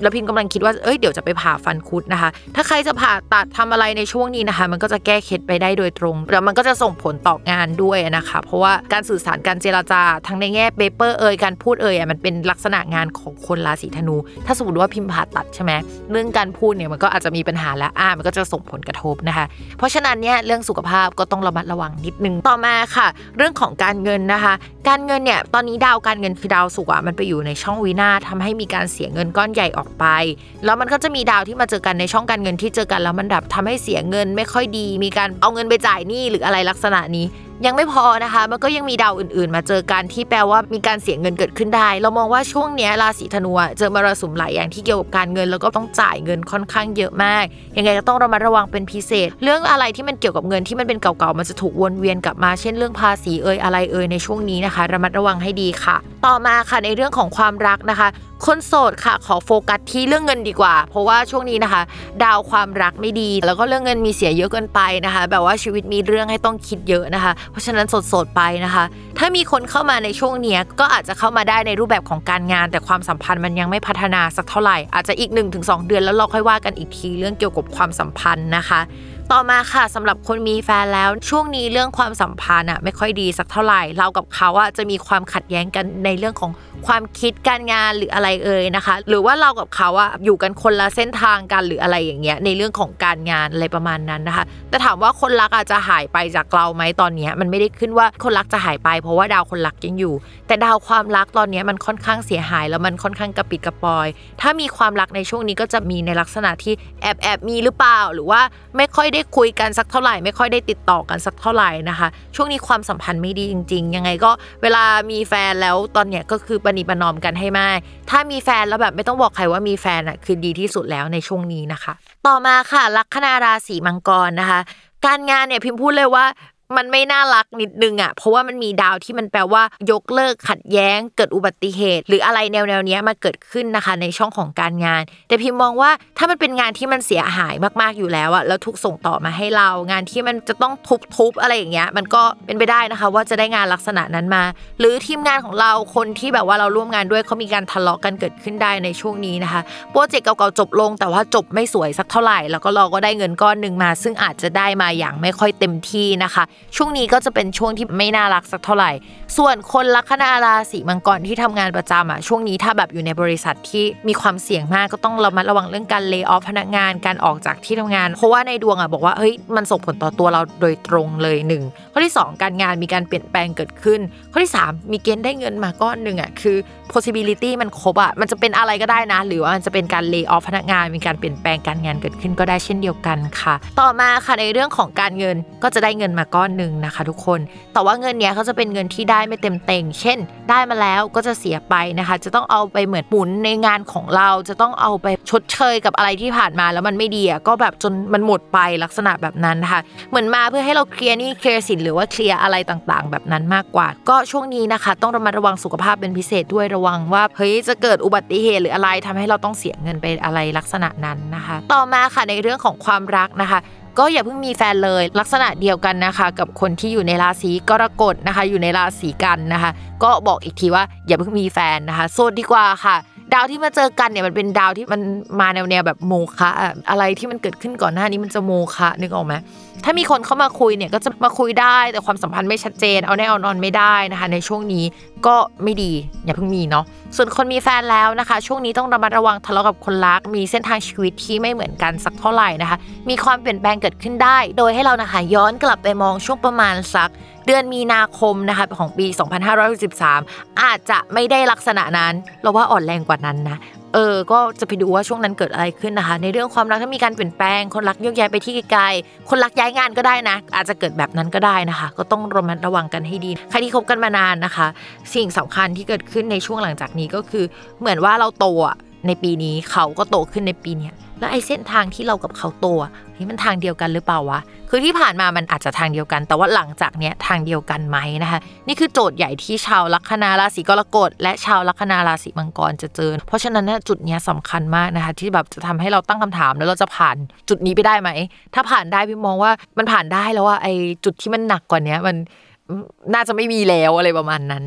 B: แล้วพิมกำลังคิดว่าเอ้ยเดี๋ยวจะไปผ่าฟันคุดนะคะถ้าใครจะผ่าตัดทำอะไรในช่วงนี้นะคะมันก็จะแก้เคล็ดไปได้โดยตรงแล้วมันก็จะส่งผลต่องานด้วยนะคะเพราะว่าการสื่อสารการเจรจาทั้งในแง่เปเปอร์เอ่ยการพูดเอ่ยอ่ะมันเป็นลักษณะงานของคนราศีธนูถ้าสมมติว่าพิมผ่าตัดใช่ไหมเรื่องการพูดเนี่ยมันก็อาจจะมีปัญหาแล้วอ่ามันก็จะส่งผลกระทบนะคะเพราะฉะนั้นเนี่ยเรื่องสุขภาพก็ต้องระมัดระวังนิดนึงต่อมาค่ะเรื่องของการเงินนะคะการเงินเนี่ยตอนนี้ดาวการเงินคือดาวศุกร์อ่ะมันไปอยู่ในช่องวินาศทำให้มีการเสียเงินก้อนใหญ่ออกไปแล้วมันก็จะมีดาวที่มาเจอกันในช่องการเงินที่เจอกันแล้วมันแบบทำให้เสียเงินไม่ค่อยดีมีการเอาเงินไปจ่ายหนี้หรืออะไรลักษณะนี้ยังไม่พอนะคะมันก็ยังมีดาวอื่นๆมาเจอกันที่แปลว่ามีการเสียเงินเกิดขึ้นได้เรามองว่าช่วงนี้ราศีธนูเจอมรสุมหลายอย่างที่เกี่ยวกับการเงินแล้วก็ต้องจ่ายเงินค่อนข้างเยอะมากยังไงก็ต้องระมัดระวังเป็นพิเศษเรื่องอะไรที่มันเกี่ยวกับเงินที่มันเป็นเก่าๆมันจะถูกวนเวียนกลับมาเช่นเรื่องภาษีเอ่ยอะไรเอ่ยในช่วงนี้นะคะระมัดระวังให้ดีค่ะต่อมาค่ะในเรื่องของความรักนะคะคนโสดค่ะขอโฟกัสที่เรื่องเงินดีกว่าเพราะว่าช่วงนี้นะคะดาวความรักไม่ดีแล้วก็เรื่องเงินมีเสียเยอะเกินไปนะคะแบบว่าชีวิตมีเรื่องให้ต้องคิดเยอะนะคะเพราะฉะนั้นโสดๆไปนะคะถ้ามีคนเข้ามาในช่วงนี้ก็อาจจะเข้ามาได้ในรูปแบบของการงานแต่ความสัมพันธ์มันยังไม่พัฒนาสักเท่าไหร่อาจจะอีก หนึ่งถึงสอง เดือนแล้วเราค่อยว่ากันอีกทีเรื่องเกี่ยวกับความสัมพันธ์นะคะต่อมาค่ะสำหรับคนมีแฟนแล้วช่วงนี้เรื่องความสัมพันธ์อ่ะไม่ค่อยดีสักเท่าไหร่เรากับเขาอ่ะจะมีความขัดแย้งกันในเรื่องของความคิดการงานหรืออะไรเอ่ยนะคะหรือว่าเรากับเขาอ่ะอยู่กันคนละเส้นทางกันหรืออะไรอย่างเงี้ยในเรื่องของการงานอะไรประมาณนั้นนะคะแต่ถามว่าคนรักอาจจะหายไปจากเราไหมตอนนี้มันไม่ได้ขึ้นว่าคนรักจะหายไปเพราะว่าดาวคนรักยังอยู่แต่ดาวความรักตอนนี้มันค่อนข้างเสียหายแล้วมันค่อนข้างกระปิดกระปอยถ้ามีความรักในช่วงนี้ก็จะมีในลักษณะที่แอบแอบมีหรือเปล่าหรือว่าไม่ค่อยได้คุยกันสักเท่าไหร่ไม่ค่อยได้ติดต่อกันสักเท่าไหร่นะคะช่วงนี้ความสัมพันธ์ไม่ดีจริงๆยังไงก็เวลามีแฟนแล้วตอนเนี้ยก็คือประนีประนอมกันให้มากถ้ามีแฟนแล้วแบบไม่ต้องบอกใครว่ามีแฟนอ่ะคือดีที่สุดแล้วในช่วงนี้นะคะต่อมาค่ะลัคนาราศีมังกรนะคะการงานเนี่ยพิมพ์พูดเลยว่ามันไม่น่ารักนิดนึงอ่ะเพราะว่ามันมีดาวที่มันแปลว่ายกเลิกขัดแย้งเกิดอุบัติเหตุหรืออะไรแนวๆนี้มาเกิดขึ้นนะคะในช่องของการงานแต่พิมพ์มองว่าถ้ามันเป็นงานที่มันเสียหายมากๆอยู่แล้วอ่ะแล้วถูกส่งต่อมาให้เรางานที่มันจะต้องทุบๆอะไรอย่างเงี้ยมันก็เป็นไปได้นะคะว่าจะได้งานลักษณะนั้นมาหรือทีมงานของเราคนที่แบบว่าเราร่วมงานด้วยเขามีการทะเลาะกันเกิดขึ้นได้ในช่วงนี้นะคะโปรเจกต์เก่าๆจบลงแต่ว่าจบไม่สวยสักเท่าไหร่แล้วก็เราก็ได้เงินก้อนนึงมาซึ่งอาจจะได้มาอย่างไม่ค่อยเต็มที่นะคะช่วงนี้ก็จะเป็นช่วงที่ไม่น่ารักสักเท่าไหร่ส่วนคนลัคนาราศีมังกรที่ทำงานประจำอ่ะช่วงนี้ถ้าแบบอยู่ในบริษัทที่มีความเสี่ยงมากก็ต้องระมัดระวังเรื่องการเลย์ออฟพนักงานการออกจากที่ทำงานเพราะว่าในดวงอ่ะบอกว่าเฮ้ยมันส่งผลต่อตัวเราโดยตรงเลยหนึ่งข้อที่สองการงานมีการเปลี่ยนแปลงเกิดขึ้นข้อที่สามมีเกณฑ์ได้เงินมาก้อนนึงอ่ะคือ possibility มันครบอ่ะมันจะเป็นอะไรก็ได้นะหรือว่ามันจะเป็นการเลย์ออฟพนักงานมีการเปลี่ยนแปลงการงานเกิดขึ้นก็ได้เช่นเดียวกันค่ะต่อมาค่ะในเรื่องของการเงินก็จะได้เงินมาก้อนนึงนะคะทุกคนแต่ว่าเงินเนี้ยเขาจะเป็นเงินที่ได้ไม่เต็มเต็งเช่นได้มาแล้วก็จะเสียไปนะคะจะต้องเอาไปเหมือนหมุนในงานของเราจะต้องเอาไปชดเชยกับอะไรที่ผ่านมาแล้วมันไม่ดีอ่ะก็แบบจนมันหมดไปลักษณะแบบนั้นนะคะเหมือนมาเพื่อให้เราเคลียร์หนี้เคลียร์สินหรือว่าเคลียร์อะไรต่างๆแบบนั้นมากกว่าก็ช่วงนี้นะคะต้องระมัดระวังสุขภาพเป็นพิเศษด้วยระวังว่าเฮ้ยจะเกิดอุบัติเหตุหรืออะไรทำให้เราต้องเสียเงินไปอะไรลักษณะนั้นนะคะต่อมาค่ะในเรื่องของความรักนะคะก็อย่าเพิ่งมีแฟนเลยลักษณะเดียวกันนะคะกับคนที่อยู่ในราศีกรกฎนะคะอยู่ในราศีกันนะคะก็บอกอีกทีว่าอย่าเพิ่งมีแฟนนะคะโสดดีกว่าค่ะดาวที่มาเจอกันเนี่ยมันเป็นดาวที่มันมาแนวๆแบบโมฆะอะไรที่มันเกิดขึ้นก่อนหน้านี้มันจะโมฆะนึกออกไหมถ้ามีคนเข้ามาคุยเนี่ยก็จะมาคุยได้แต่ความสัมพันธ์ไม่ชัดเจนเอาแน่เอานอนไม่ได้นะคะในช่วงนี้ก็ไม่ดีอย่าเพิ่งมีเนาะส่วนคนมีแฟนแล้วนะคะช่วงนี้ต้องระมัดระวังทะเลาะกับคนรักมีเส้นทางชีวิตที่ไม่เหมือนกันสักเท่าไหร่นะคะมีความเปลี่ยนแปลงเกิดขึ้นได้โดยให้เรานะคะย้อนกลับไปมองช่วงประมาณสักเดือนมีนาคมนะคะของปีสองพันห้าร้อยหกสิบสามอาจจะไม่ได้ลักษณะนั้นเราว่าอ่อนแรงกว่านั้นนะเออก็จะไปดูว่าช่วงนั้นเกิดอะไรขึ้นนะคะในเรื่องความรักถ้ามีการเปลี่ยนแปลงคนรักโยกย้ายไปที่ไกลๆคนรักย้ายงานก็ได้นะอาจจะเกิดแบบนั้นก็ได้นะคะก็ต้องระมัดระวังกันให้ดีใครที่คบกันมานานนะคะสิ่งสำคัญที่เกิดขึ้นในช่วงหลังจากนี้ก็คือเหมือนว่าเราโตในปีนี้เขาก็โตขึ้นในปีนี้แล้วไอ้เส้นทางที่เรากับเขาโตนี่มันทางเดียวกันหรือเปล่าวะคือที่ผ่านมามันอาจจะทางเดียวกันแต่ว่าหลังจากเนี้ยทางเดียวกันไหมนะคะนี่คือโจทย์ใหญ่ที่ชาวลัคนาราศีกรกฎและชาวลัคนาราศีมังกรจะเจอเพราะฉะนั้นจุดนี้สำคัญมากนะคะที่แบบจะทำให้เราตั้งคำถามแล้วเราจะผ่านจุดนี้ไปได้ไหมถ้าผ่านได้พี่มองว่ามันผ่านได้แล้วว่าไอ้จุดที่มันหนักกว่านี้มันน่าจะไม่มีแล้วอะไรประมาณนั้นนะ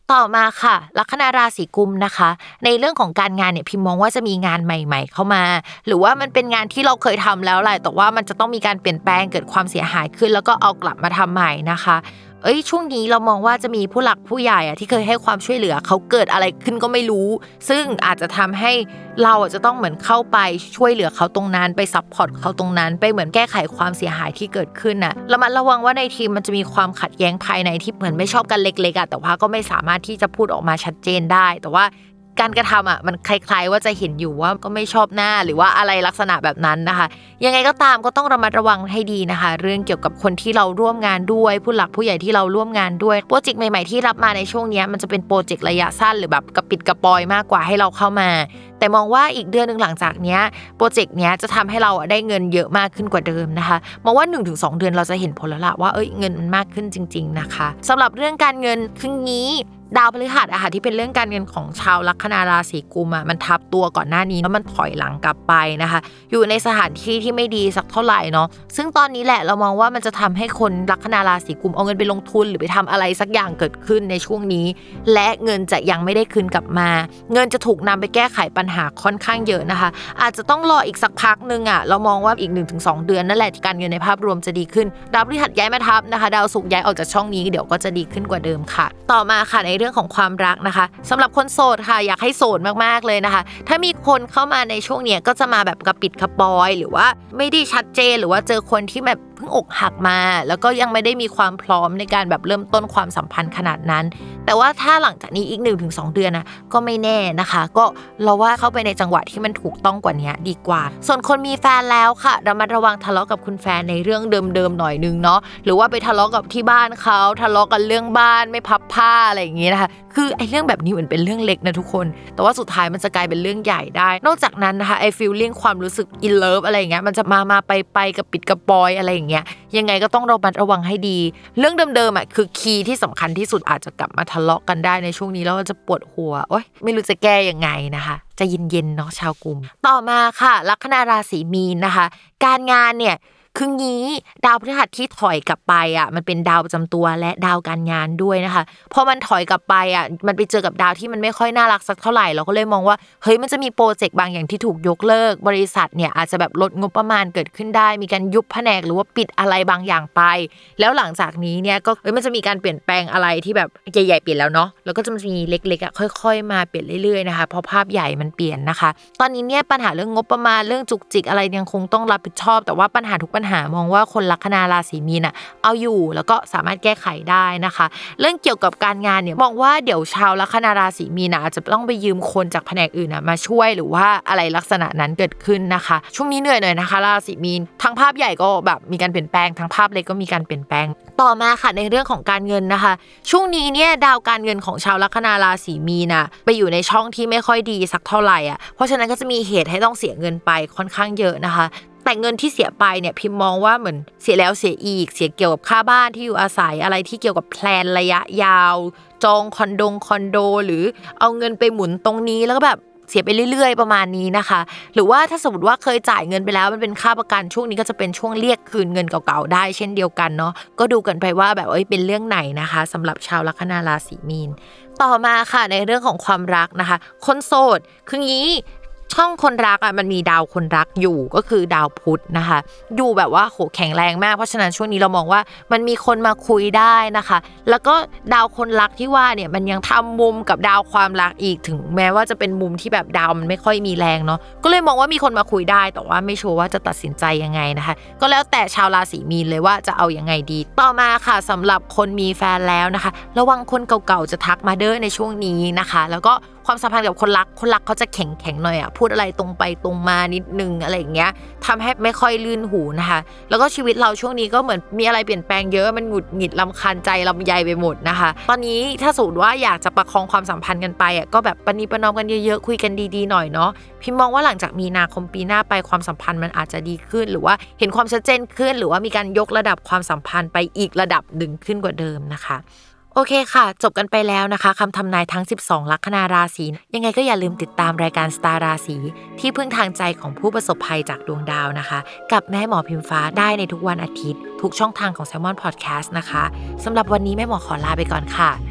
B: ต่อมาค่ะลัคนาราศีกุมนะคะในเรื่องของการงานเนี่ยพิมมองว่าจะมีงานใหม่ๆเข้ามาหรือว่ามันเป็นงานที่เราเคยทำแล้วแหละแต่ว่ามันจะต้องมีการเปลี่ยนแปลงเกิดความเสียหายขึ้นแล้วก็เอากลับมาทำใหม่นะคะเอ้ยช่วงนี้เรามองว่าจะมีผู้หลักผู้ใหญ่อะที่เคยให้ความช่วยเหลือเขาเกิดอะไรขึ้นก็ไม่รู้ซึ่งอาจจะทำให้เราจะต้องเหมือนเข้าไปช่วยเหลือเขาตรงนั้นไปซัพพอร์ตเขาตรงนั้นไปเหมือนแก้ไขความเสียหายที่เกิดขึ้นน่ะระมัดระวังว่าในทีมมันจะมีความขัดแย้งภายในที่เหมือนไม่ชอบกันเล็กๆอะแต่ว่าก็ไม่สามารถที่จะพูดออกมาชัดเจนได้แต่ว่าการกระทำอ่ะมันคล้ายๆว่าจะเห็นอยู่ว่าก็ไม่ชอบหน้าหรือว่าอะไรลักษณะแบบนั้นนะคะยังไงก็ตามก็ต้องระมัดระวังให้ดีนะคะเรื่องเกี่ยวกับคนที่เราร่วมงานด้วยผู้หลักผู้ใหญ่ที่เราร่วมงานด้วยโปรเจกต์ใหม่ๆที่รับมาในช่วงนี้มันจะเป็นโปรเจกต์ระยะสั้นหรือแบบกระปิดกระปอยมากกว่าให้เราเข้ามาแต่มองว่าอีกเดือนนึงหลังจากเนี้ยโปรเจกต์เนี้ยจะทำให้เราได้เงินเยอะมากขึ้นกว่าเดิมนะคะมองว่า หนึ่งถึงสอง เดือนเราจะเห็นผลแล้วล่ะว่าเอ้ยเงินมันมากขึ้นจริงๆนะคะสำหรับเรื่องการเงินคืองี้ดาวพฤหัสอะค่ะที่เป็นเรื่องการเงินของชาวลัคนาราศีกุมอะมันทับตัวก่อนหน้านี้แล้วมันถอยหลังกลับไปนะคะอยู่ในสถานที่ที่ไม่ดีสักเท่าไหร่เนาะซึ่งตอนนี้แหละเรามองว่ามันจะทำให้คนลัคนาราศีกุมเอาเงินไปลงทุนหรือไปทำอะไรสักอย่างเกิดขึ้นในช่วงนี้และเงินจะยังไม่ได้คืนกลับมาเงินจะถูกนำไปแก้ไขปัญหาค่อนข้างเยอะนะคะอาจจะต้องรออีกสักพักนึงอะเรามองว่าอีก หนึ่งถึงสอง เดือนนั่นแหละที่การเงินในภาพรวมจะดีขึ้นดาวพฤหัสย้ายมาทับนะคะดาวศุกร์ย้ายออกจากช่องนี้เดี๋ยวก็จะดีขึ้นกว่าเดิมค่ะต่อมาค่ะในเรื่องของความรักนะคะสำหรับคนโสดค่ะอยากให้โสดมากๆเลยนะคะถ้ามีคนเข้ามาในช่วงเนี้ยก็จะมาแบบกระปิดกระปอยหรือว่าไม่ได้ชัดเจนหรือว่าเจอคนที่แบบเพิ่งอกหักมาแล้วก็ยังไม่ได้มีความพร้อมในการแบบเริ่มต้นความสัมพันธ์ขนาดนั้นแต่ว่าถ้าหลังจากนี้อีก หนึ่งถึงสอง เดือนนะก็ไม่แน่นะคะก็เราว่าเข้าไปในจังหวะที่มันถูกต้องกว่านี้ดีกว่าส่วนคนมีแฟนแล้วค่ะระมัดระวังทะเลาะกับคุณแฟนในเรื่องเดิมๆหน่อยนึงเนาะหรือว่าไปทะเลาะกับที่บ้านเขาทะเลาะกันเรื่องบ้านไม่พับผ้าอะไรอย่างงี้นะคะคือไอ้เรื่องแบบนี้เหมือนเป็นเรื่องเล็กนะทุกคนแต่ว่าสุดท้ายมันจะกลายเป็นเรื่องใหญ่ได้นอกจากนั้นนะคะไอ้ฟีลลิ่งความรู้สึกอินเลิฟอะไรอย่างเงี้ยมันจะมามาไปไปกับปิดกระปอยอะไรอย่างเงี้ยยังไงก็ต้องระมัดระวังให้ดีเรื่องเดิมๆอ่ะคือคีย์ที่สำคัญที่สุดอาจจะกลับมาทะเลาะกันได้ในช่วงนี้แล้วจะปวดหัวโอ๊ยไม่รู้จะแก้ยังไงนะคะจะเย็นๆเนาะชาวกุมต่อมาค่ะลัคนาราศีมีนนะคะการงานเนี่ยคืองี้ดาวพฤหัสที่ถอยกลับไปอ่ะมันเป็นดาวประจำตัวและดาวการงานด้วยนะคะพอมันถอยกลับไปอ่ะมันไปเจอกับดาวที่มันไม่ค่อยน่ารักสักเท่าไหร่เราก็เลยมองว่าเฮ้ยมันจะมีโปรเจกต์บางอย่างที่ถูกยกเลิกบริษัทเนี่ยอาจจะแบบลดงบประมาณเกิดขึ้นได้มีการยุบแผนกหรือว่าปิดอะไรบางอย่างไปแล้วหลังจากนี้เนี่ยก็เฮ้ยมันจะมีการเปลี่ยนแปลงอะไรที่แบบใหญ่ๆเปลี่ยนแล้วเนาะแล้วก็จะมีเล็กๆอ่ะค่อยๆมาเปลี่ยนเรื่อยๆนะคะเพราะภาพใหญ่มันเปลี่ยนนะคะตอนนี้เนี่ยปัญหาเรื่องงบประมาณเรื่องจุกจิกอะไรยังคงต้องรับผิดชอบแต่ว่าปัญหาทุกปัญหามองว่าคนลัคนาราศีมีนอ่ะเอาอยู่แล้วก็สามารถแก้ไขได้นะคะเรื่องเกี่ยวกับการงานเนี่ยมองว่าเดี๋ยวชาวลัคนาราศีมีนอาจจะต้องไปยืมคนจากแผนกอื่นอ่ะมาช่วยหรือว่าอะไรลักษณะนั้นเกิดขึ้นนะคะช่วงนี้เหนื่อยหน่อยนะคะราศีมีนทั้งภาพใหญ่ก็แบบมีการเปลี่ยนแปลงทั้งภาพเล็กก็มีการเปลี่ยนแปลงต่อมาค่ะในเรื่องของการเงินนะคะช่วงนี้เนี่ยดาวการเงินของชาวลัคนาราศีมีนน่ะไปอยู่ในช่องที่ไม่ค่อยดีสักเท่าไหร่อ่ะเพราะฉะนั้นก็จะมีเหตุให้ต้องเสียเงินไปค่อนข้างเยอะนะคะแต่เงินที่เสียไปเนี่ยพิมมองว่าเหมือนเสียแล้วเสียอีกเสียเกี่ยวกับค่าบ้านที่อยู่อาศัยอะไรที่เกี่ยวกับแพลนระยะยาวจองคอนโดคอนโดหรือเอาเงินไปหมุนตรงนี้แล้วก็แบบเสียไปเรื่อยๆประมาณนี้นะคะหรือว่าถ้าสมมติว่าเคยจ่ายเงินไปแล้วมันเป็นค่าประกันช่วงนี้ก็จะเป็นช่วงเรียกคืนเงินเก่าๆได้เช่นเดียวกันเนาะก็ดูกันไปว่าแบบเอ้ยเป็นเรื่องไหนนะคะสำหรับชาวลัคนาราศีมีนต่อมาค่ะในเรื่องของความรักนะคะคนโสดคืองี้ช่องคนรักอ่ะมันมีดาวคนรักอยู่ก็คือดาวพุธนะคะอยู่แบบว่าโหแข็งแรงมากเพราะฉะนั้นช่วงนี้เรามองว่ามันมีคนมาคุยได้นะคะแล้วก็ดาวคนรักที่ว่าเนี่ยมันยังทำมุมกับดาวความรักอีกถึงแม้ว่าจะเป็นมุมที่แบบดาวมันไม่ค่อยมีแรงเนาะก็เลยมองว่ามีคนมาคุยได้แต่ว่าไม่ชัวร์ว่าจะตัดสินใจยังไงนะคะก็แล้วแต่ชาวราศีมีนเลยว่าจะเอายังไงดีต่อมาค่ะสำหรับคนมีแฟนแล้วนะคะระวังคนเก่าๆจะทักมาเด้อในช่วงนี้นะคะแล้วก็ความสัมพันธ์กับคนรักคนรักเขาจะแข็งๆหน่อยอ่ะพูดอะไรตรงไปตรงมานิดนึงอะไรอย่างเงี้ยทำให้ไม่ค่อยลื่นหูนะคะแล้วก็ชีวิตเราช่วงนี้ก็เหมือนมีอะไรเปลี่ยนแปลงเยอะมันหงุดหงิดรำคาญใจลำไยไปหมดนะคะตอนนี้ถ้าสมมติว่าอยากจะประคองความสัมพันธ์กันไปอ่ะก็แบบประนีประนอมกันเยอะๆคุยกันดีๆหน่อยเนาะพิมมองว่าหลังจากมีนาคมปีหน้าไปความสัมพันธ์มันอาจจะดีขึ้นหรือว่าเห็นความชัดเจนขึ้นหรือว่ามีการยกระดับความสัมพันธ์ไปอีกระดับหนึ่งขึ้นกว่าเดิมนะคะโอเคค่ะจบกันไปแล้วนะคะคำทำนายทั้งสิบสองลัคนาราศียังไงก็อย่าลืมติดตามรายการสตาร์ราศีที่พึ่งทางใจของผู้ประสบภัยจากดวงดาวนะคะกับแม่หมอพิมฟ้าได้ในทุกวันอาทิตย์ทุกช่องทางของ Salmon Podcast นะคะสำหรับวันนี้แม่หมอขอลาไปก่อนค่ะ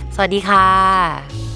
B: สวัสดีค่ะ